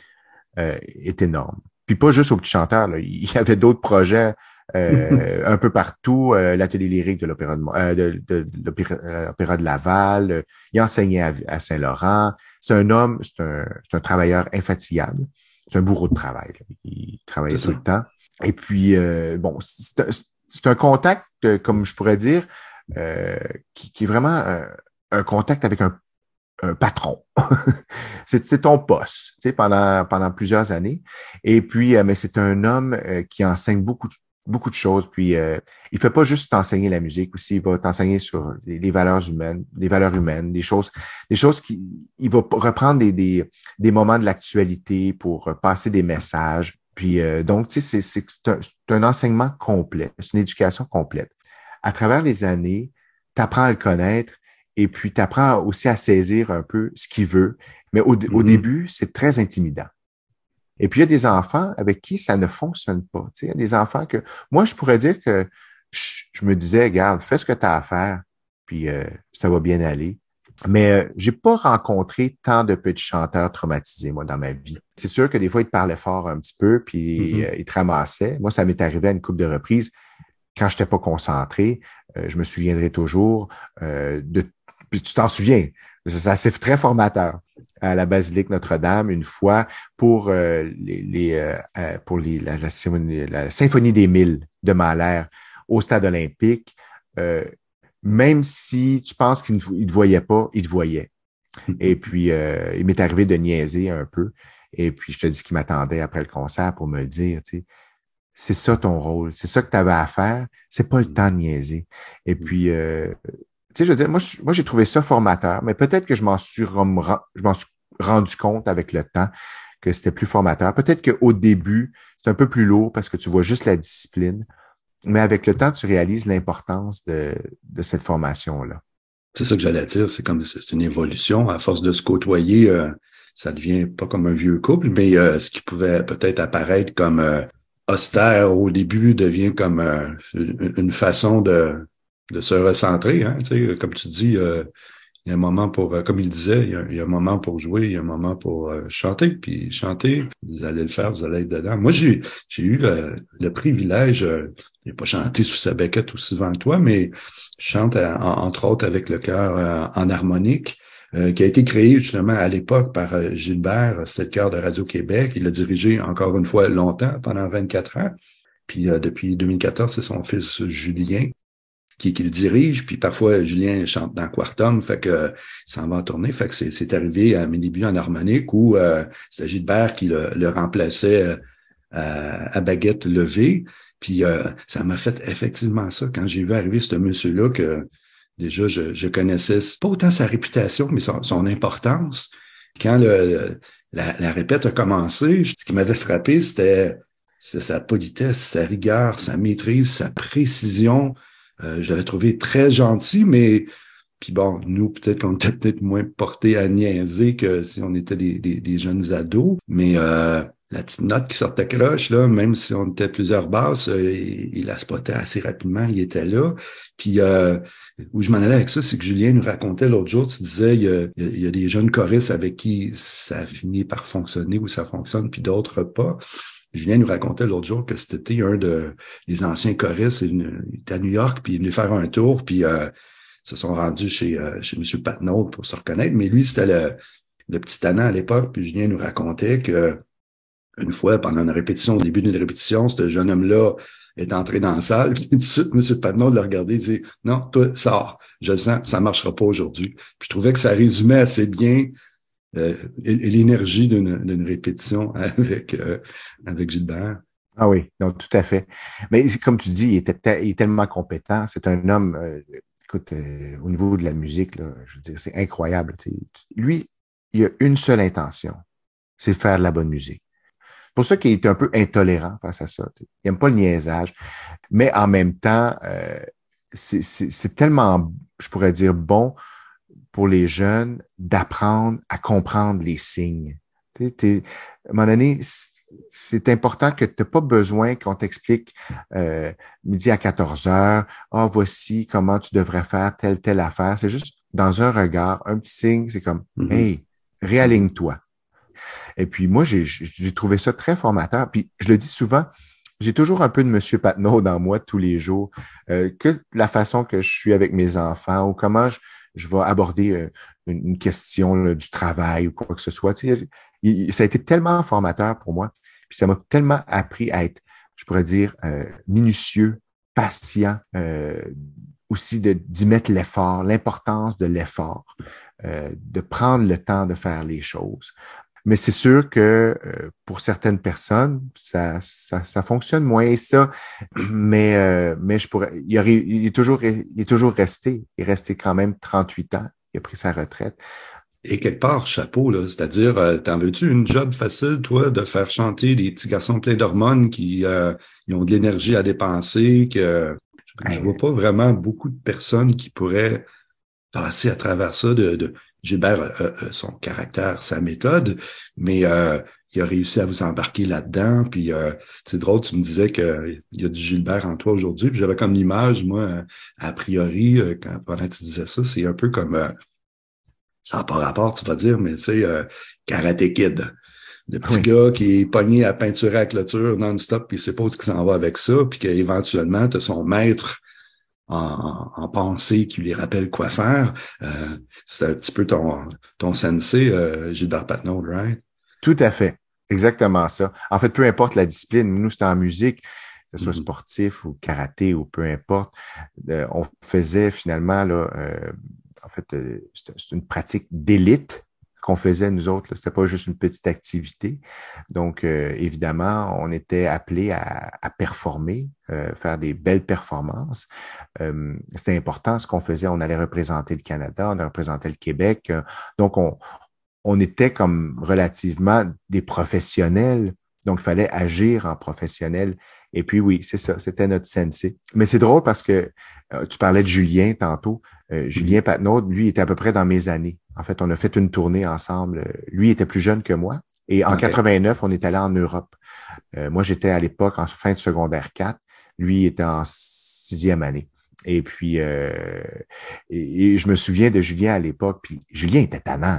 euh, est énorme. Puis pas juste aux petits chanteurs, là. Il y avait d'autres projets euh, un peu partout. Euh, L'atelier lyrique de l'Opéra de, euh, de, de, de l'Opéra euh, Opéra de Laval. Euh, il enseignait à, à Saint-Laurent. C'est un homme, c'est un, c'est un travailleur infatigable. C'est un bourreau de travail. Là. Il travaillait tout le temps. Et puis, euh, bon, c'est un, c'est un contact, euh, comme je pourrais dire, euh, qui, qui est vraiment euh, un contact avec un, un patron. c'est, c'est ton poste, tu sais, pendant, pendant plusieurs années. Et puis, euh, mais c'est un homme euh, qui enseigne beaucoup de beaucoup de choses. Puis, euh, il fait pas juste t'enseigner la musique aussi, il va t'enseigner sur les, les valeurs humaines, les valeurs humaines, des choses, des choses qui, il va reprendre des, des, des moments de l'actualité pour passer des messages. Puis, euh, donc, tu sais, c'est, c'est, c'est, un, c'est un enseignement complet, c'est une éducation complète. À travers les années, tu apprends à le connaître et puis tu apprends aussi à saisir un peu ce qu'il veut. Mais au, mm-hmm. au début, c'est très intimidant. Et puis, il y a des enfants avec qui ça ne fonctionne pas. Tu sais, il y a des enfants que... Moi, je pourrais dire que je, je me disais, regarde, fais ce que tu as à faire, puis euh, ça va bien aller. Mais euh, j'ai pas rencontré tant de petits chanteurs traumatisés, moi, dans ma vie. C'est sûr que des fois, ils te parlaient fort un petit peu, puis mm-hmm. euh, ils te ramassaient. Moi, ça m'est arrivé à une couple de reprises. Quand je n'étais pas concentré, euh, je me souviendrai toujours euh, de... Puis tu t'en souviens, ça, c'est très formateur. À la basilique Notre-Dame, une fois, pour euh, les, les euh, pour les, la, la, symphonie, la symphonie des mille de Mahler au stade olympique. Euh, même si tu penses qu'il ne te voyait pas, il te voyait. Et puis, euh, il m'est arrivé de niaiser un peu. Et puis, je te dis qu'il m'attendait après le concert pour me le dire, tu sais. C'est ça ton rôle. C'est ça que tu avais à faire. C'est pas le temps de niaiser. Et puis, euh, tu sais, je veux dire, moi, je, moi, j'ai trouvé ça formateur, mais peut-être que je m'en suis, je m'en suis rendu compte avec le temps que c'était plus formateur. Peut-être qu'au début, c'est un peu plus lourd parce que tu vois juste la discipline, mais avec le temps, tu réalises l'importance de, de cette formation-là. C'est ça que j'allais dire, c'est comme c'est une évolution. À force de se côtoyer, euh, ça devient pas comme un vieux couple, mais euh, ce qui pouvait peut-être apparaître comme euh, austère au début devient comme euh, une façon de de se recentrer, hein, tu sais, comme tu dis, euh, il y a un moment pour, euh, comme il disait, il y, a, il y a un moment pour jouer, il y a un moment pour euh, chanter, puis chanter, vous allez le faire, vous allez être dedans. Moi, j'ai j'ai eu le, le privilège, euh, je n'ai pas chanté sous sa baquette aussi souvent que toi, mais je chante à, en, entre autres avec le chœur euh, en harmonique, euh, qui a été créé justement à l'époque par euh, Gilbert, c'est le chœur de Radio-Québec. Il l'a dirigé encore une fois longtemps, pendant vingt-quatre ans. Puis euh, depuis deux mille quatorze, c'est son fils Julien qui, qui le dirige, puis parfois Julien chante dans Quartum, fait que euh, il s'en va en tournée, fait que c'est, c'est arrivé à mes débuts en harmonique où euh, c'était Gilbert qui le, le remplaçait euh, à, à baguette levée, puis euh, ça m'a fait effectivement ça quand j'ai vu arriver ce monsieur-là que déjà je, je connaissais pas autant sa réputation, mais son, son importance. Quand le, le la, la répète a commencé, ce qui m'avait frappé, c'était, c'était sa politesse, sa rigueur, sa maîtrise, sa précision. Euh, je l'avais trouvé très gentil, mais puis bon, nous, peut-être qu'on était peut-être moins portés à niaiser que si on était des, des, des jeunes ados. Mais euh, la petite note qui sortait croche, là, même si on était plusieurs basses, euh, il, il la spottait assez rapidement, il était là. Puis euh, où je m'en allais avec ça, c'est que Julien nous racontait l'autre jour, tu disais, il y a, il y a des jeunes choristes avec qui ça a fini par fonctionner ou ça fonctionne, puis d'autres pas. Julien nous racontait l'autre jour que c'était un de des anciens choristes, il était à New York, puis il est venu faire un tour, puis euh, se sont rendus chez euh, chez M. Patnaud pour se reconnaître. Mais lui, c'était le, le petit tannant à l'époque, puis Julien nous racontait que une fois, pendant une répétition, au début d'une répétition, ce jeune homme-là est entré dans la salle, puis tout de suite, M. Patnaud l'a regardé et dit « Non, toi, sors, je le sens, ça ne marchera pas aujourd'hui. » Puis je trouvais que ça résumait assez bien Euh, et, et l'énergie d'une, d'une répétition avec, euh, avec Gilbert. Ah oui, donc tout à fait. Mais comme tu dis, il, était, il est tellement compétent. C'est un homme, euh, écoute, euh, au niveau de la musique, là, je veux dire, c'est incroyable. Tu sais. Lui, il a une seule intention, c'est de faire de la bonne musique. C'est pour ça qu'il est un peu intolérant face à ça. Tu sais. Il n'aime pas le niaisage, mais en même temps, euh, c'est, c'est, c'est tellement, je pourrais dire, bon pour les jeunes d'apprendre à comprendre les signes. Tu sais, t'es- à un moment donné, c'est important que tu n'as pas besoin qu'on t'explique euh, midi à quatorze heures, ah, voici comment tu devrais faire telle, telle affaire. C'est juste dans un regard, un petit signe, c'est comme, Mhm. hey, réaligne-toi. Et puis moi, j'ai, j'ai trouvé ça très formateur. Puis je le dis souvent, j'ai toujours un peu de Monsieur Patnaud dans moi tous les jours, euh, que la façon que je suis avec mes enfants ou comment je, je vais aborder euh, une, une question là, du travail ou quoi que ce soit. Tu sais, il- ça a été tellement formateur pour moi. Puis ça m'a tellement appris à être, je pourrais dire, euh, minutieux, patient, euh, aussi de, d'y mettre l'effort, l'importance de l'effort, euh, de prendre le temps de faire les choses. Mais c'est sûr que euh, pour certaines personnes, ça, ça, ça fonctionne moins et ça. Mais, euh, mais je pourrais, il, aurait, il, est toujours, il est toujours resté. Il est resté quand même trente-huit ans. Il a pris sa retraite. Et quelque part, chapeau, là, c'est-à-dire, euh, t'en veux-tu une job facile, toi, de faire chanter des petits garçons pleins d'hormones qui euh, ils ont de l'énergie à dépenser, que je vois Hey, pas vraiment beaucoup de personnes qui pourraient passer à travers ça de, de Gilbert, euh, euh, son caractère, sa méthode, mais euh, il a réussi à vous embarquer là-dedans. Puis euh, c'est drôle, tu me disais qu'il y a du Gilbert en toi aujourd'hui. Puis j'avais comme l'image, moi, euh, a priori, euh, quand pendant que tu disais ça, c'est un peu comme euh, ça n'a pas rapport, tu vas dire, mais tu sais, euh, Karate Kid. Le petit oui, gars qui est pogné à peinturer à la clôture non-stop, puis il sait pas où il s'en va avec ça, puis qu'éventuellement, tu as son maître en, en pensée qui lui rappelle quoi faire. Euh, c'est un petit peu ton, ton sensei, euh, Gilbert Patnaud, right? tout à fait. Exactement ça. En fait, peu importe la discipline, nous, c'était en musique, que ce soit Mhm. sportif ou karaté ou peu importe, euh, on faisait finalement, là, euh, en fait, euh, c'est c'est une pratique d'élite qu'on faisait nous autres. Là. C'était pas juste une petite activité. Donc, euh, évidemment, on était appelés à, à performer, euh, faire des belles performances. Euh, c'était important ce qu'on faisait. On allait représenter le Canada, on allait représenter le Québec. Euh, donc, on, on était comme relativement des professionnels. Donc, il fallait agir en professionnel. Et puis, oui, c'est ça, c'était notre sensei. Mais c'est drôle parce que euh, tu parlais de Julien tantôt. Euh, Julien Mhm. Patnaud, lui, était à peu près dans mes années. En fait, on a fait une tournée ensemble. Lui était plus jeune que moi. Et en OK. quatre-vingt-neuf, on est allé en Europe. Euh, moi, j'étais à l'époque en fin de secondaire quatre. Lui était en sixième année. Et puis, euh, et, et je me souviens de Julien à l'époque. Puis, Julien était tannant.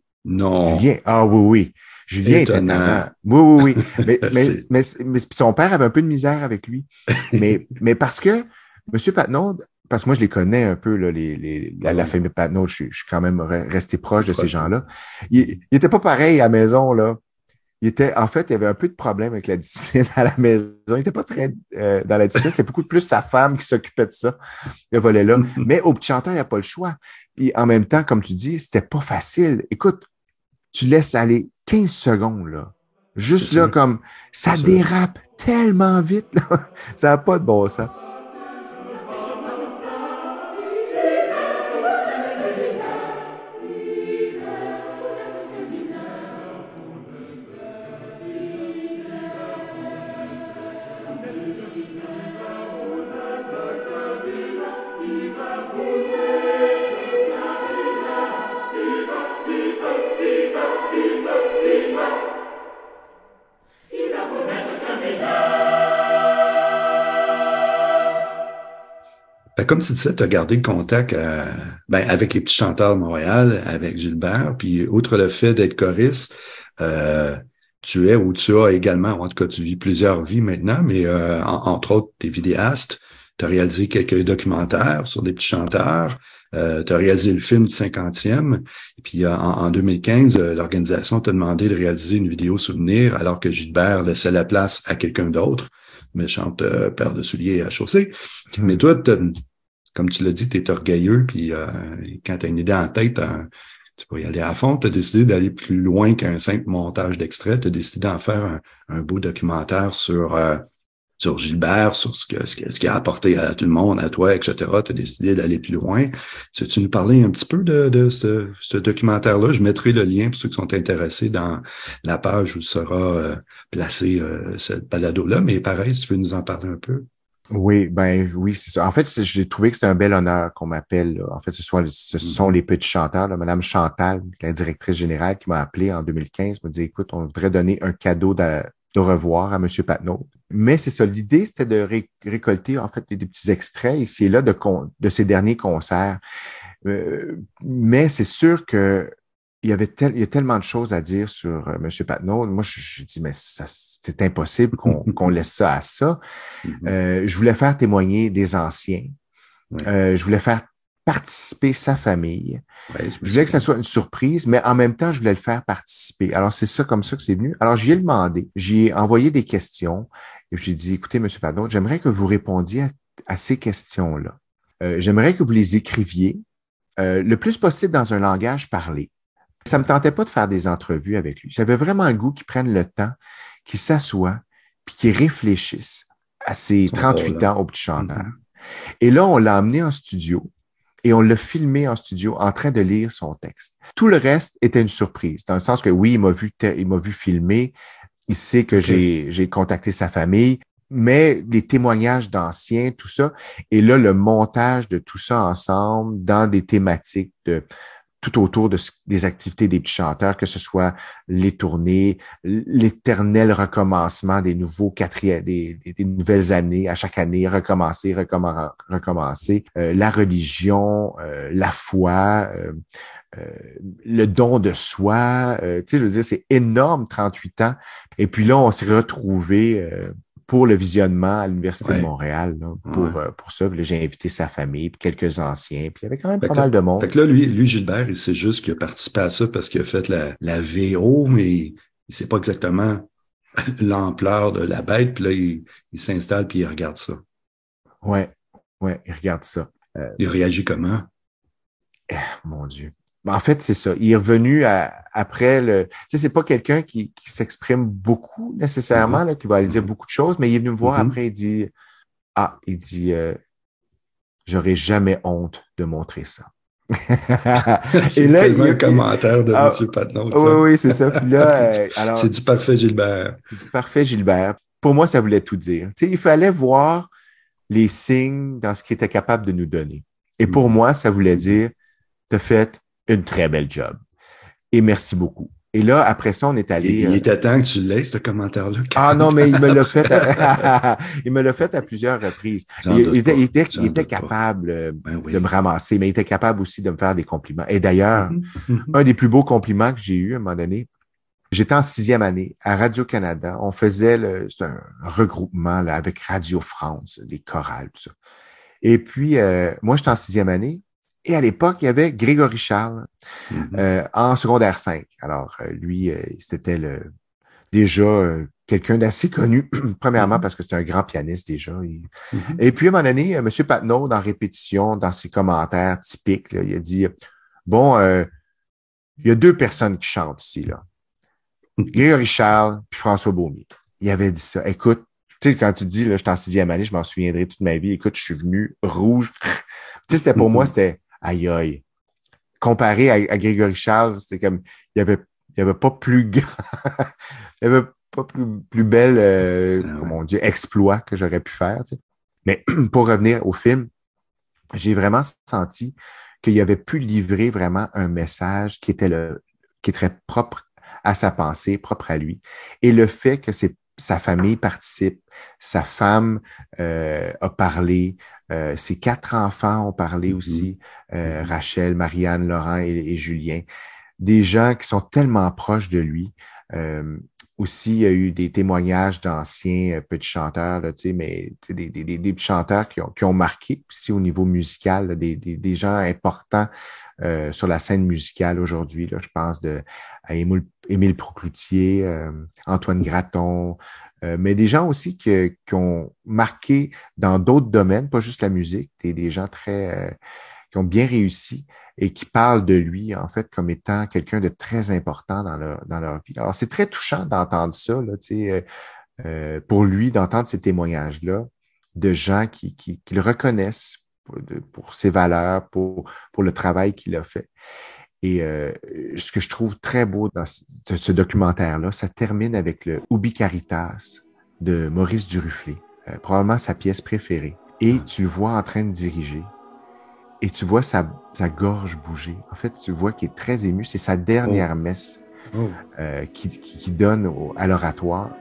Non. Julien, ah oui, oui. Julien était tannant. Étonnant. Oui, oui, oui. Mais, mais, C'est... mais, mais son père avait un peu de misère avec lui. Mais, mais parce que M. Patnaud, parce que moi, je les connais un peu, là, les, les, la, Ouais, la ouais. famille Patnaud, je, suis- je suis quand même re- resté Plus proche de ces proche, là. gens-là. Il, il était pas pareil à la maison, là. Il était, en fait, il y avait un peu de problème avec la discipline à la maison. Il n'était pas très euh, dans la discipline. C'est beaucoup plus sa femme qui s'occupait de ça, le volet-là. Mais au petit chanteur, il n'y a pas le choix. Puis en même temps, comme tu dis, c'était pas facile. Écoute, tu laisses aller quinze secondes, là. C'est Juste là, sûr, comme c'est ça sûr. dérape tellement vite, là. Ça n'a pas de bon sens. Ben, comme tu disais, tu as gardé le contact euh, ben, avec les petits chanteurs de Montréal, avec Gilbert, puis outre le fait d'être choriste, euh, tu es ou tu as également, ou en tout cas tu vis plusieurs vies maintenant, mais euh, en- entre autres, tu es vidéaste, tu as réalisé quelques documentaires sur des petits chanteurs, euh, tu as réalisé le film du cinquantième, et puis euh, en, en deux mille quinze, euh, l'organisation t'a demandé de réaliser une vidéo souvenir alors que Gilbert laissait la place à quelqu'un d'autre, méchante euh, paire de souliers à chausser. Mais Hmm. toi, t'as- comme tu l'as dit, tu es orgueilleux, puis euh, quand tu as une idée en tête, euh, tu vas y aller à fond. Tu as décidé d'aller plus loin qu'un simple montage d'extrait. Tu as décidé d'en faire un, un beau documentaire sur euh, sur Gilbert, sur ce que, ce que- ce qu'il a apporté à tout le monde, à toi, et cetera. Tu as décidé d'aller plus loin. Tu tu nous parler un petit peu de, de ce, ce documentaire-là? Je mettrai le lien pour ceux qui sont intéressés dans la page où sera euh, placé euh, cette balado-là. Mais pareil, si tu veux nous en parler un peu. Oui, ben oui, c'est ça. En fait, c'est- j'ai trouvé que c'était un bel honneur qu'on m'appelle, là. En fait, ce sont, ce sont Mhm. les petits chanteurs, là. Madame Chantal, la directrice générale, qui m'a appelé en deux mille quinze, m'a dit, écoute, on voudrait donner un cadeau de, de revoir à Monsieur Patnaud. Mais c'est ça, l'idée, c'était de ré- récolter, en fait, des, des petits extraits ici et là de, con- de ces derniers concerts. Euh, mais c'est sûr que il y avait tel, il y a tellement de choses à dire sur euh, Monsieur Patnaud. Moi, je, je dis, mais ça, c'est impossible qu'on qu'on laisse ça à ça. Mhm. Euh, je voulais faire témoigner des anciens. Oui, Euh, je voulais faire participer sa famille. ouais, je me Je voulais que ça souviens. soit une surprise, mais en même temps, je voulais le faire participer. Alors, c'est ça comme ça que c'est venu. Alors, j'y ai demandé, j'y ai envoyé des questions et j'ai dit, écoutez, Monsieur Padon, j'aimerais que vous répondiez à, à ces questions-là. Euh, j'aimerais que vous les écriviez euh, le plus possible dans un langage parlé. Ça me tentait pas de faire des entrevues avec lui. J'avais vraiment le goût qu'il prenne le temps, qu'il s'assoie, puis qu'il réfléchisse à ses Son rôle, trente-huit là. ans au petit chanteur. Mhm. Et là, on l'a emmené en studio et on l'a filmé en studio en train de lire son texte. Tout le reste était une surprise, dans le sens que oui, il m'a vu, il m'a vu filmer, il sait que OK. j'ai, j'ai contacté sa famille, mais les témoignages d'anciens, tout ça, et là, le montage de tout ça ensemble dans des thématiques de tout autour de, des activités des petits chanteurs, que ce soit les tournées, l'éternel recommencement des nouveaux quatrièmes, des, des, des nouvelles années, à chaque année, recommencer, recommencer, recommencer, euh, la religion, euh, la foi, euh, euh, le don de soi, euh, tu sais, je veux dire, c'est énorme, trente-huit ans. Et puis là, on s'est retrouvés euh, pour le visionnement à l'Université de Ouais, Montréal, là, ouais. pour, euh, pour ça. Puis là, j'ai invité sa famille, puis quelques anciens, puis il y avait quand même Fait pas que, mal de fait monde. que là, lui, lui, Gilbert, il sait juste qu'il a participé à ça parce qu'il a fait la, la V O, mais il ne sait pas exactement l'ampleur de la bête. Puis là, il, il s'installe puis il regarde ça. Ouais, ouais, il regarde ça. Euh, Il réagit comment? mon Dieu. Ben, en fait, c'est ça. Il est revenu à- après le. Tu sais, c'est pas quelqu'un qui, qui s'exprime beaucoup nécessairement, Mhm. là, qui va aller dire Mhm. beaucoup de choses, mais il est venu me voir Mhm. après, il dit Ah, il dit euh, j'aurais jamais honte de montrer ça. Et C'est là, tellement un il, il- commentaire de ah, M. Patnaud, oui, ça. oui, c'est ça. Puis là, euh, alors, C'est du parfait Gilbert. il dit parfait, Gilbert. Pour moi, ça voulait tout dire. Tu sais, il fallait voir les signes dans ce qu'il était capable de nous donner. Et pour Mhm. moi, ça voulait Mhm. dire tu as fait une très belle job. Et merci beaucoup. Et là, après ça, on est Il, allé. il Euh... était temps que tu laisses ce commentaire-là, Ah non, quarante mais il me l'a ans. fait. À... il me l'a fait à plusieurs reprises. J'en Il, il doute était, il pas. était, il J'en était doute pas. capable euh, Ben de me oui. ramasser, mais il était capable aussi de me faire des compliments. Et d'ailleurs, Mhm. Mhm. un des plus beaux compliments que j'ai eu à un moment donné, j'étais en sixième année à Radio-Canada. On faisait le, c'est un regroupement là, avec Radio France, les chorales, tout ça. Et puis, euh, moi, j'étais en sixième année. Et à l'époque, il y avait Grégory Charles Mhm. euh, en secondaire cinq. Alors, euh, lui, euh, c'était le, déjà euh, quelqu'un d'assez connu, premièrement Mhm. parce que c'est un grand pianiste déjà. Il... Mhm. Et puis, à un moment donné, euh, M. Patnaud, dans répétition, dans ses commentaires typiques, là, il a dit, bon, euh, il y a deux personnes qui chantent ici, là. Grégory Charles puis François Beaumier. Il avait dit ça. Écoute, tu sais, quand tu dis, là, je suis en sixième année, je m'en souviendrai toute ma vie. Écoute, je suis venu rouge. Tu sais, c'était pour moi, Mhm. c'était aïe aïe. Comparé à, à Grégory Charles, c'était comme, il y avait, il y avait pas plus grand, il y avait pas plus, plus belle, euh, Ah ouais. comment dire, exploit que j'aurais pu faire, tu sais. Mais pour revenir au film, j'ai vraiment senti qu'il avait pu livrer vraiment un message qui était le, qui est très propre à sa pensée, propre à lui. Et le fait que c'est, sa famille participe, sa femme euh, a parlé, euh, ses quatre enfants ont parlé Mhm. aussi, euh, Mhm. Rachel, Marianne, Laurent et, et Julien, des gens qui sont tellement proches de lui. Euh, aussi, il y a eu des témoignages d'anciens euh, petits chanteurs, là, tu sais, mais tu sais, des, des, des, des petits chanteurs qui ont, qui ont marqué aussi au niveau musical, là, des, des, des gens importants euh, sur la scène musicale aujourd'hui. Là, je pense de, à Émile, Émile Proucloutier, euh, Antoine Graton, euh, mais des gens aussi qui, qui ont marqué dans d'autres domaines, pas juste la musique, des, des gens très euh, qui ont bien réussi et qui parlent de lui, en fait, comme étant quelqu'un de très important dans leur, dans leur vie. Alors, c'est très touchant d'entendre ça, là, tu sais, euh, pour lui d'entendre ces témoignages-là de gens qui, qui, qui le reconnaissent pour, de, pour ses valeurs, pour, pour le travail qu'il a fait. Et euh, ce que je trouve très beau dans ce, ce documentaire-là, ça termine avec le Ubi Caritas de Maurice Duruflé, euh, probablement sa pièce préférée. Et tu le vois en train de diriger et tu vois sa, sa gorge bouger. En fait, tu vois qu'il est très ému. C'est sa dernière Oh. messe Oh. euh, qui, qui, qui donne au, à l'oratoire.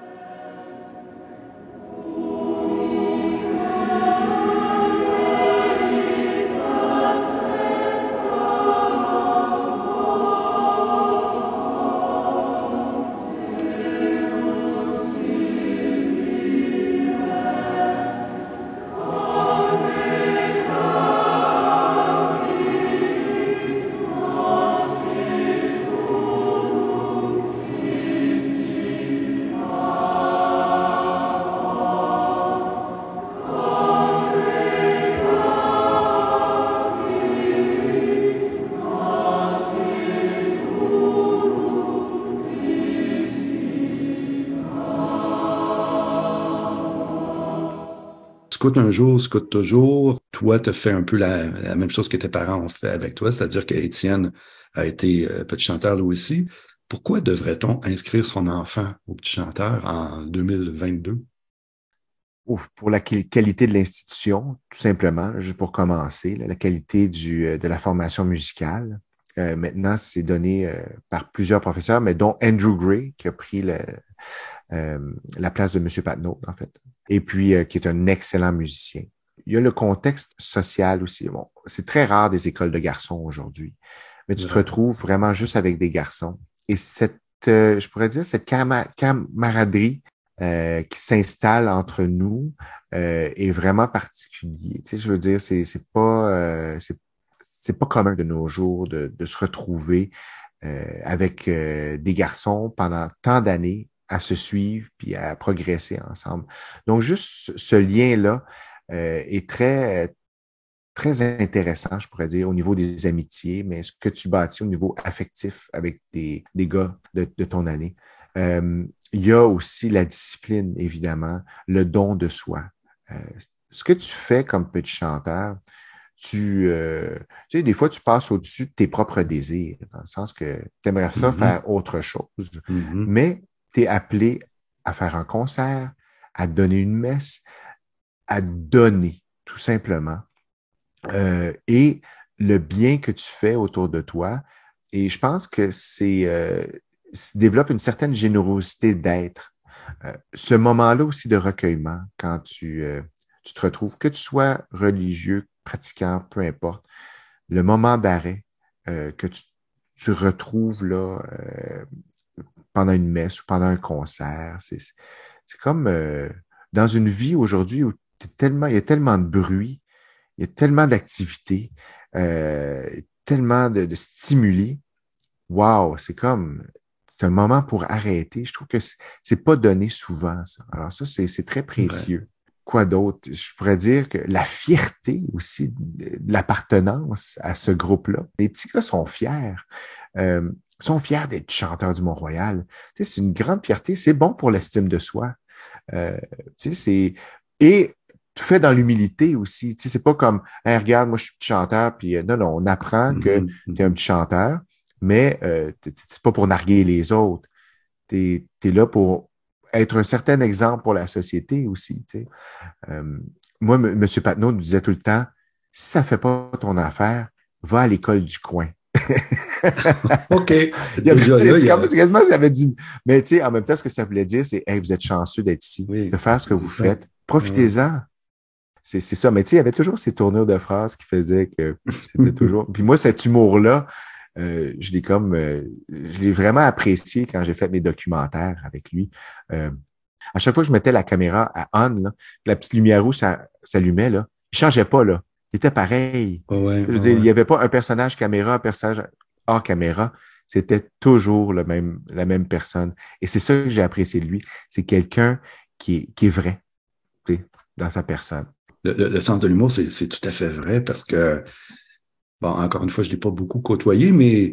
Scout un jour, scout toujours. Toi, tu as fait un peu la, la même chose que tes parents ont fait avec toi, c'est-à-dire qu'Étienne a été euh, petit chanteur lui aussi. Pourquoi devrait-on inscrire son enfant au petit chanteur en deux mille vingt-deux? Ouf, pour la qualité de l'institution, tout simplement, juste pour commencer, là, la qualité du, de la formation musicale. Euh, maintenant, c'est donné euh, par plusieurs professeurs, mais dont Andrew Gray, qui a pris le, euh, la place de M. Patnaud, en fait, et puis euh, qui est un excellent musicien. Il y a le contexte social aussi. Bon, c'est très rare des écoles de garçons aujourd'hui, mais tu te retrouves vraiment juste avec des garçons. Et cette, euh, je pourrais dire, cette camar- camaraderie euh, qui s'installe entre nous euh, est vraiment particulier. Tu sais, je veux dire, c'est, c'est pas, euh, c'est, c'est pas commun de nos jours de, de se retrouver euh, avec euh, des garçons pendant tant d'années à se suivre puis à progresser ensemble. Donc, juste ce lien-là euh, est très, très intéressant, je pourrais dire, au niveau des amitiés, mais ce que tu bâtis au niveau affectif avec des, des gars de, de ton année. Euh, il y a aussi la discipline, évidemment, le don de soi. Euh, ce que tu fais comme petit chanteur, tu, euh, tu sais, des fois, tu passes au-dessus de tes propres désirs, dans le sens que tu aimerais ça Mm-hmm. faire autre chose, Mm-hmm. mais tu es appelé à faire un concert, à donner une messe, à donner, tout simplement. Euh, et le bien que tu fais autour de toi. Et je pense que c'est euh, développe une certaine générosité d'être. Euh, ce moment-là aussi de recueillement, quand tu, euh, tu te retrouves, que tu sois religieux, pratiquant, peu importe, le moment d'arrêt euh, que tu, tu retrouves là euh, pendant une messe ou pendant un concert, c'est, c'est comme euh, dans une vie aujourd'hui où t'es tellement, il y a tellement de bruit, il y a tellement d'activités, euh, tellement de, de stimuli. Wow, c'est comme, c'est un moment pour arrêter. Je trouve que c'est, c'est pas donné souvent, ça. Alors ça, c'est, c'est très précieux. Ouais. Quoi d'autre? Je pourrais dire que la fierté aussi de, de l'appartenance à ce groupe-là. Les petits gars sont fiers. Euh, sont fiers d'être chanteurs du Mont-Royal. Tu sais, c'est une grande fierté. C'est bon pour l'estime de soi. Euh, tu sais, c'est... Et fait dans l'humilité aussi. Tu sais, c'est pas comme, hey, regarde, moi, je suis petit chanteur, puis euh, non, non, on apprend mm-hmm. que tu es un petit chanteur, mais euh, c'est pas pour narguer les autres. Tu es là pour être un certain exemple pour la société aussi. Tu sais. Euh, moi, M. Patnaud nous disait tout le temps, si ça fait pas ton affaire, va à l'école du coin. OK. Il y avait, déjà, là, c'est comme, a... quasiment, ça avait dit, mais tu sais, en même temps, ce que ça voulait dire, c'est, hey, vous êtes chanceux d'être ici, oui, de faire ce que vous ça. faites. Profitez-en. Oui. C'est, c'est ça. Mais tu sais, il y avait toujours ces tournures de phrases qui faisaient que c'était toujours. Puis moi, cet humour-là, euh, je l'ai comme, euh, je l'ai vraiment apprécié quand j'ai fait mes documentaires avec lui. Euh, à chaque fois que je mettais la caméra à on, là, la petite lumière rouge s'allumait, là, il changeait pas, là. Il était pareil. Oh ouais, je veux oh dire, ouais. il n'y avait pas un personnage caméra, un personnage hors caméra. C'était toujours le même, la même personne. Et c'est ça que j'ai apprécié de lui. C'est quelqu'un qui est, qui est vrai, tu sais, dans sa personne. Le, le, le sens de l'humour, c'est, c'est tout à fait vrai parce que, bon, encore une fois, je ne l'ai pas beaucoup côtoyé, mais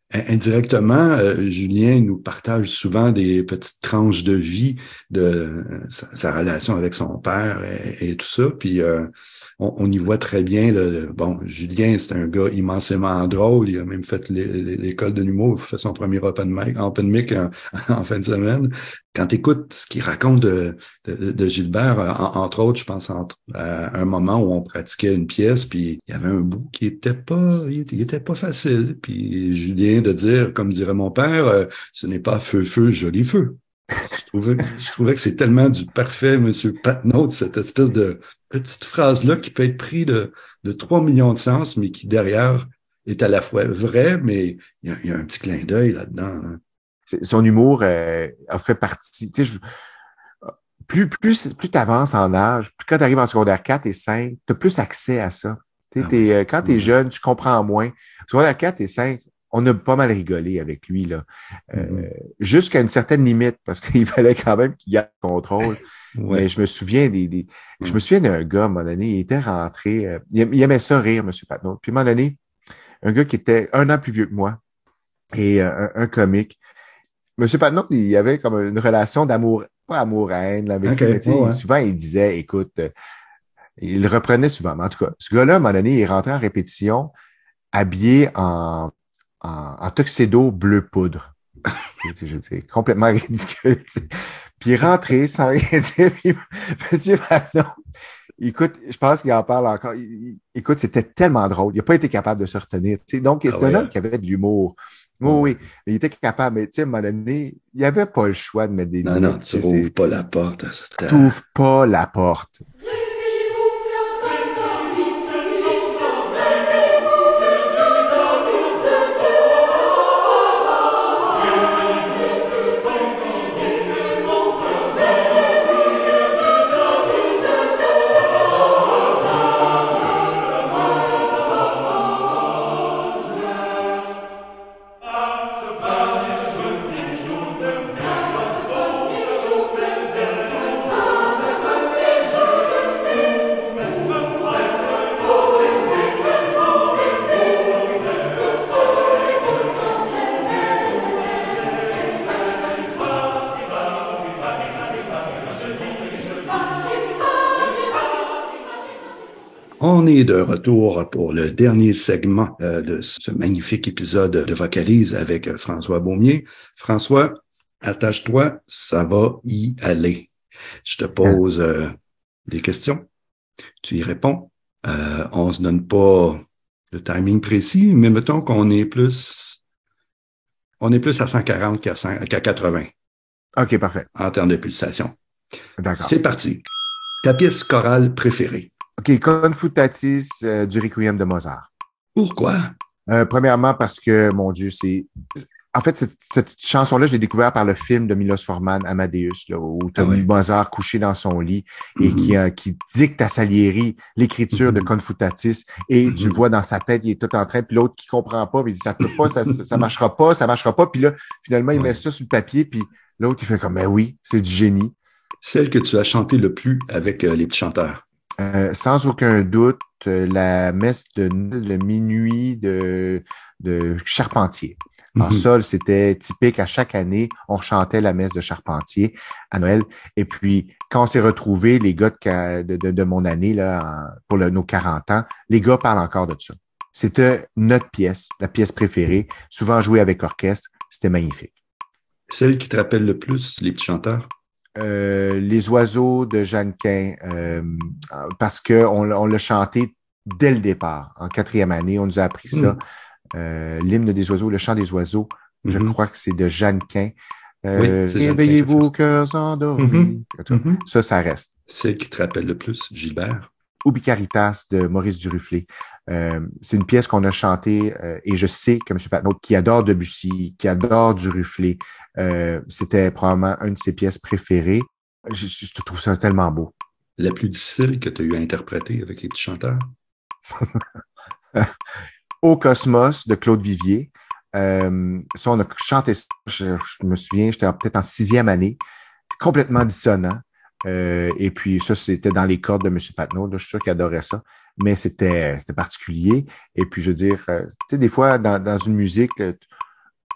Indirectement, euh, Julien nous partage souvent des petites tranches de vie de euh, sa, sa relation avec son père et, et tout ça. Puis euh, on, on y voit très bien. Là, bon, Julien, c'est un gars immensément drôle. Il a même fait l'école de l'humour. Il fait son premier open mic, open mic en, en fin de semaine. Quand tu écoutes ce qu'il raconte de, de, de Gilbert, en, entre autres, je pense entre, à un moment où on pratiquait une pièce, puis il y avait un bout qui était pas, il était, il était pas facile. Puis Julien de dire, comme dirait mon père, euh, ce n'est pas feu, feu, joli feu. Je trouvais, je trouvais que c'est tellement du parfait, Monsieur Patnaud, cette espèce de petite phrase-là qui peut être prise de, de trois millions de sens, mais qui derrière est à la fois vrai, mais il y a, il y a un petit clin d'œil là-dedans. Hein. Son humour euh, a fait partie. Tu sais, je, plus plus, plus tu avances en âge, plus quand tu arrives en secondaire quatre et cinq, tu as plus accès à ça. Tu sais, ah, t'es, quand tu es jeune, tu comprends moins. Secondaire quatre et cinq, on a pas mal rigolé avec lui, là. Euh, mm-hmm. Jusqu'à une certaine limite, parce qu'il fallait quand même qu'il garde le contrôle. Ouais. Mais je me souviens des, des mm. je me souviens d'un gars, à un moment donné, il était rentré, euh, il aimait ça rire, M. Patnaud. Puis à un moment donné, un gars qui était un an plus vieux que moi et euh, un, un comique. M. Patnaud, il avait comme une relation d'amour, pas amour-haine, avec okay. lui, mais oh, ouais. souvent il disait, écoute, euh, il le reprenait souvent. Mais en tout cas, ce gars-là, à un moment donné, il est rentré en répétition, habillé en, en, en tuxedo bleu poudre. je veux dire, complètement ridicule. T'sais. Puis il est rentré sans rien dire. Puis M. Patnaud, écoute, je pense qu'il en parle encore. Il, il, écoute, c'était tellement drôle. Il n'a pas été capable de se retenir. T'sais. Donc, ah, c'est un ouais. homme qui avait de l'humour. Oui, oui, mais il était capable. Mais tu sais, à un moment donné, il n'y avait pas le choix de mettre des non, limites. Non, non, tu n'ouvres pas la porte. Tu n'ouvres pas la porte. On est de retour pour le dernier segment euh, de ce magnifique épisode de Vocalise avec François Beaumier. François, attache-toi, ça va y aller. Je te pose euh, des questions, tu y réponds. Euh, on se donne pas le timing précis, mais mettons qu'on est plus, on est plus à cent quarante qu'à, cent, qu'à quatre-vingts. OK, parfait. En termes de pulsation. D'accord. C'est parti. Ta pièce chorale préférée? OK, Confutatis euh, du Requiem de Mozart. Pourquoi? Euh, premièrement, parce que, mon Dieu, c'est... En fait, cette, cette chanson-là, je l'ai découverte par le film de Milos Forman, Amadeus, là, où tu as ah oui. Mozart couché dans son lit et mm-hmm. qui, euh, qui dicte à Salieri l'écriture mm-hmm. de Confutatis et mm-hmm. tu le vois dans sa tête, il est tout en train, puis l'autre qui comprend pas, puis il dit « ça peut pas, ça, ça, ça marchera pas, ça marchera pas », puis là, finalement, il ouais. met ça sur le papier, puis l'autre, il fait comme « ben oui, c'est du génie ». Celle que tu as chantée le plus avec euh, les petits chanteurs? Euh, sans aucun doute, la messe de le minuit de, de Charpentier. En mm-hmm. sol, c'était typique. À chaque année, on chantait la messe de Charpentier à Noël. Et puis, quand on s'est retrouvés, les gars de, de, de, de mon année, là, en, pour le, nos quarante ans, les gars parlent encore de ça. C'était notre pièce, la pièce préférée, souvent jouée avec orchestre. C'était magnifique. Celle qui te rappelle le plus, les petits chanteurs? Euh, les oiseaux de Jeannequin, euh, parce qu'on on l'a chanté dès le départ. En quatrième année, on nous a appris ça. Mm. Euh, l'hymne des oiseaux, le chant des oiseaux, mm-hmm. je crois que c'est de Jeannequin. Euh, oui, éveillez-vous, cœurs endormis. Mm-hmm. Mm-hmm. Ça, ça reste. Celle qui te rappelle le plus, Gilbert? Ubi Caritas de Maurice Duruflé. Euh, c'est une pièce qu'on a chantée euh, et je sais que M. Patnaud, qui adore Debussy, qui adore Duruflé, euh, c'était probablement une de ses pièces préférées. Je, je trouve ça tellement beau. La plus difficile que tu as eu à interpréter avec les petits chanteurs? Au Cosmos de Claude Vivier. Euh, ça, on a chanté ça, je, je me souviens, j'étais peut-être en sixième année, complètement dissonant. Euh, et puis ça, c'était dans les cordes de M. Patnaud. Là, je suis sûr qu'il adorait ça, mais c'était c'était particulier. Et puis, je veux dire, euh, tu sais, des fois, dans, dans une musique,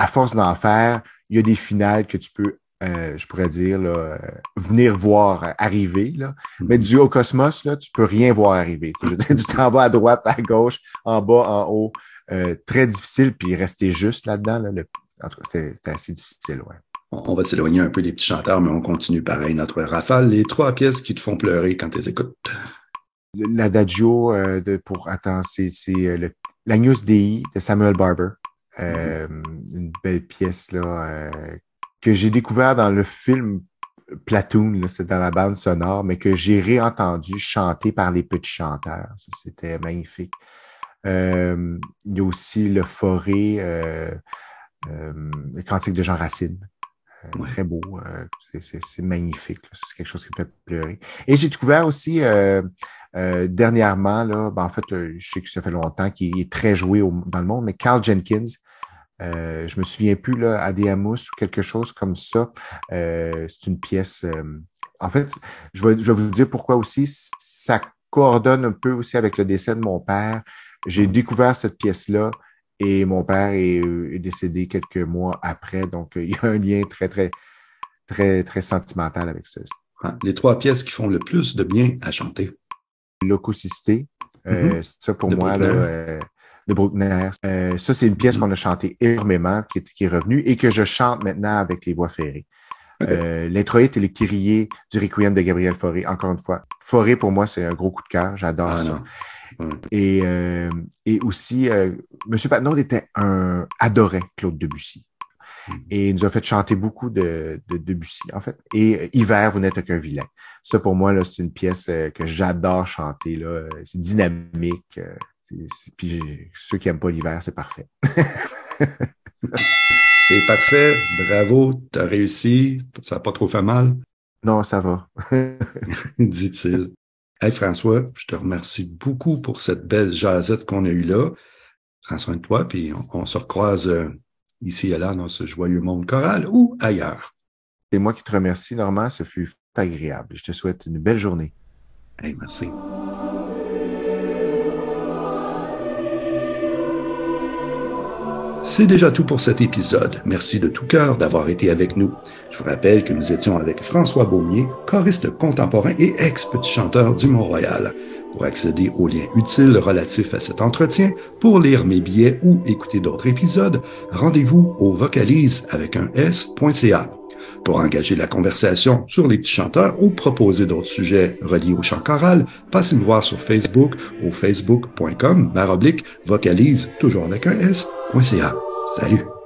à force d'en faire, il y a des finales que tu peux, euh, je pourrais dire, là, euh, venir voir arriver. Là. Mm-hmm. Mais du au cosmos, là, tu peux rien voir arriver. Tu sais, tu t'en vas à droite, à gauche, en bas, en haut. Euh, très difficile, puis rester juste là-dedans. Là, le... En tout cas, c'était assez difficile, ouais. On va s'éloigner un peu des petits chanteurs, mais on continue pareil notre rafale. Les trois pièces qui te font pleurer quand tu les écoutes. L'Adagio euh, de, pour, attends, c'est, c'est euh, le, l'Agnus Dei de Samuel Barber. Euh, mm-hmm. Une belle pièce, là, euh, que j'ai découvert dans le film Platoon, là, c'est dans la bande sonore, mais que j'ai réentendu chanter par les petits chanteurs. Ça, c'était magnifique. Euh, il y a aussi le Forêt, euh, euh, le Cantique de Jean Racine. Euh, ouais. Très beau. Euh, c'est, c'est, c'est magnifique. Là. C'est quelque chose qui me fait pleurer. Et j'ai découvert aussi euh, euh, dernièrement, là, ben, en fait, euh, je sais que ça fait longtemps qu'il est très joué au, dans le monde, mais Carl Jenkins, euh, je me souviens plus, là, Adeamus ou quelque chose comme ça. Euh, c'est une pièce. Euh, en fait, je vais, je vais vous dire pourquoi aussi. Ça coordonne un peu aussi avec le décès de mon père. J'ai découvert cette pièce-là et mon père est, est décédé quelques mois après. Donc, il y a un lien très, très, très, très sentimental avec ça. Les trois pièces qui font le plus de bien à chanter. Lococité, euh, mm-hmm. ça pour de moi, là, euh, de Bruckner. Euh, ça, c'est une pièce mm-hmm. qu'on a chantée énormément, qui est, qui est revenue et que je chante maintenant avec les voix ferrées. Okay. Euh, L'introïte et le Kyrie du Requiem de Gabriel Fauré, encore une fois. Fauré, pour moi, c'est un gros coup de cœur. J'adore ah, ça. Ouais. Et, euh, et aussi, euh, M. Patnaud était un, adorait Claude Debussy. Mm. Et il nous a fait chanter beaucoup de, de Debussy, en fait. Et euh, Hiver, vous n'êtes qu'un vilain. Ça, pour moi, là, c'est une pièce euh, que j'adore chanter, là. C'est dynamique. Euh, c'est, c'est, puis ceux qui n'aiment pas l'hiver, c'est parfait. C'est parfait. Bravo. T'as réussi. Ça n'a pas trop fait mal. Non, ça va. Dit-il. Hey François, je te remercie beaucoup pour cette belle jasette qu'on a eue là. Prends soin de toi, puis on, on se recroise euh, ici et là dans ce joyeux monde choral ou ailleurs. C'est moi qui te remercie, Normand. Ce fut agréable. Je te souhaite une belle journée. Hey, merci. C'est déjà tout pour cet épisode. Merci de tout cœur d'avoir été avec nous. Je vous rappelle que nous étions avec François Beaumier, choriste contemporain et ex-petit chanteur du Mont-Royal. Pour accéder aux liens utiles relatifs à cet entretien, pour lire mes billets ou écouter d'autres épisodes, rendez-vous au vocalise avec un s.ca. Pour engager la conversation sur les petits chanteurs ou proposer d'autres sujets reliés au chant choral, passez me voir sur Facebook au facebook.com barre oblique vocalise toujours avec un s.ca. Salut!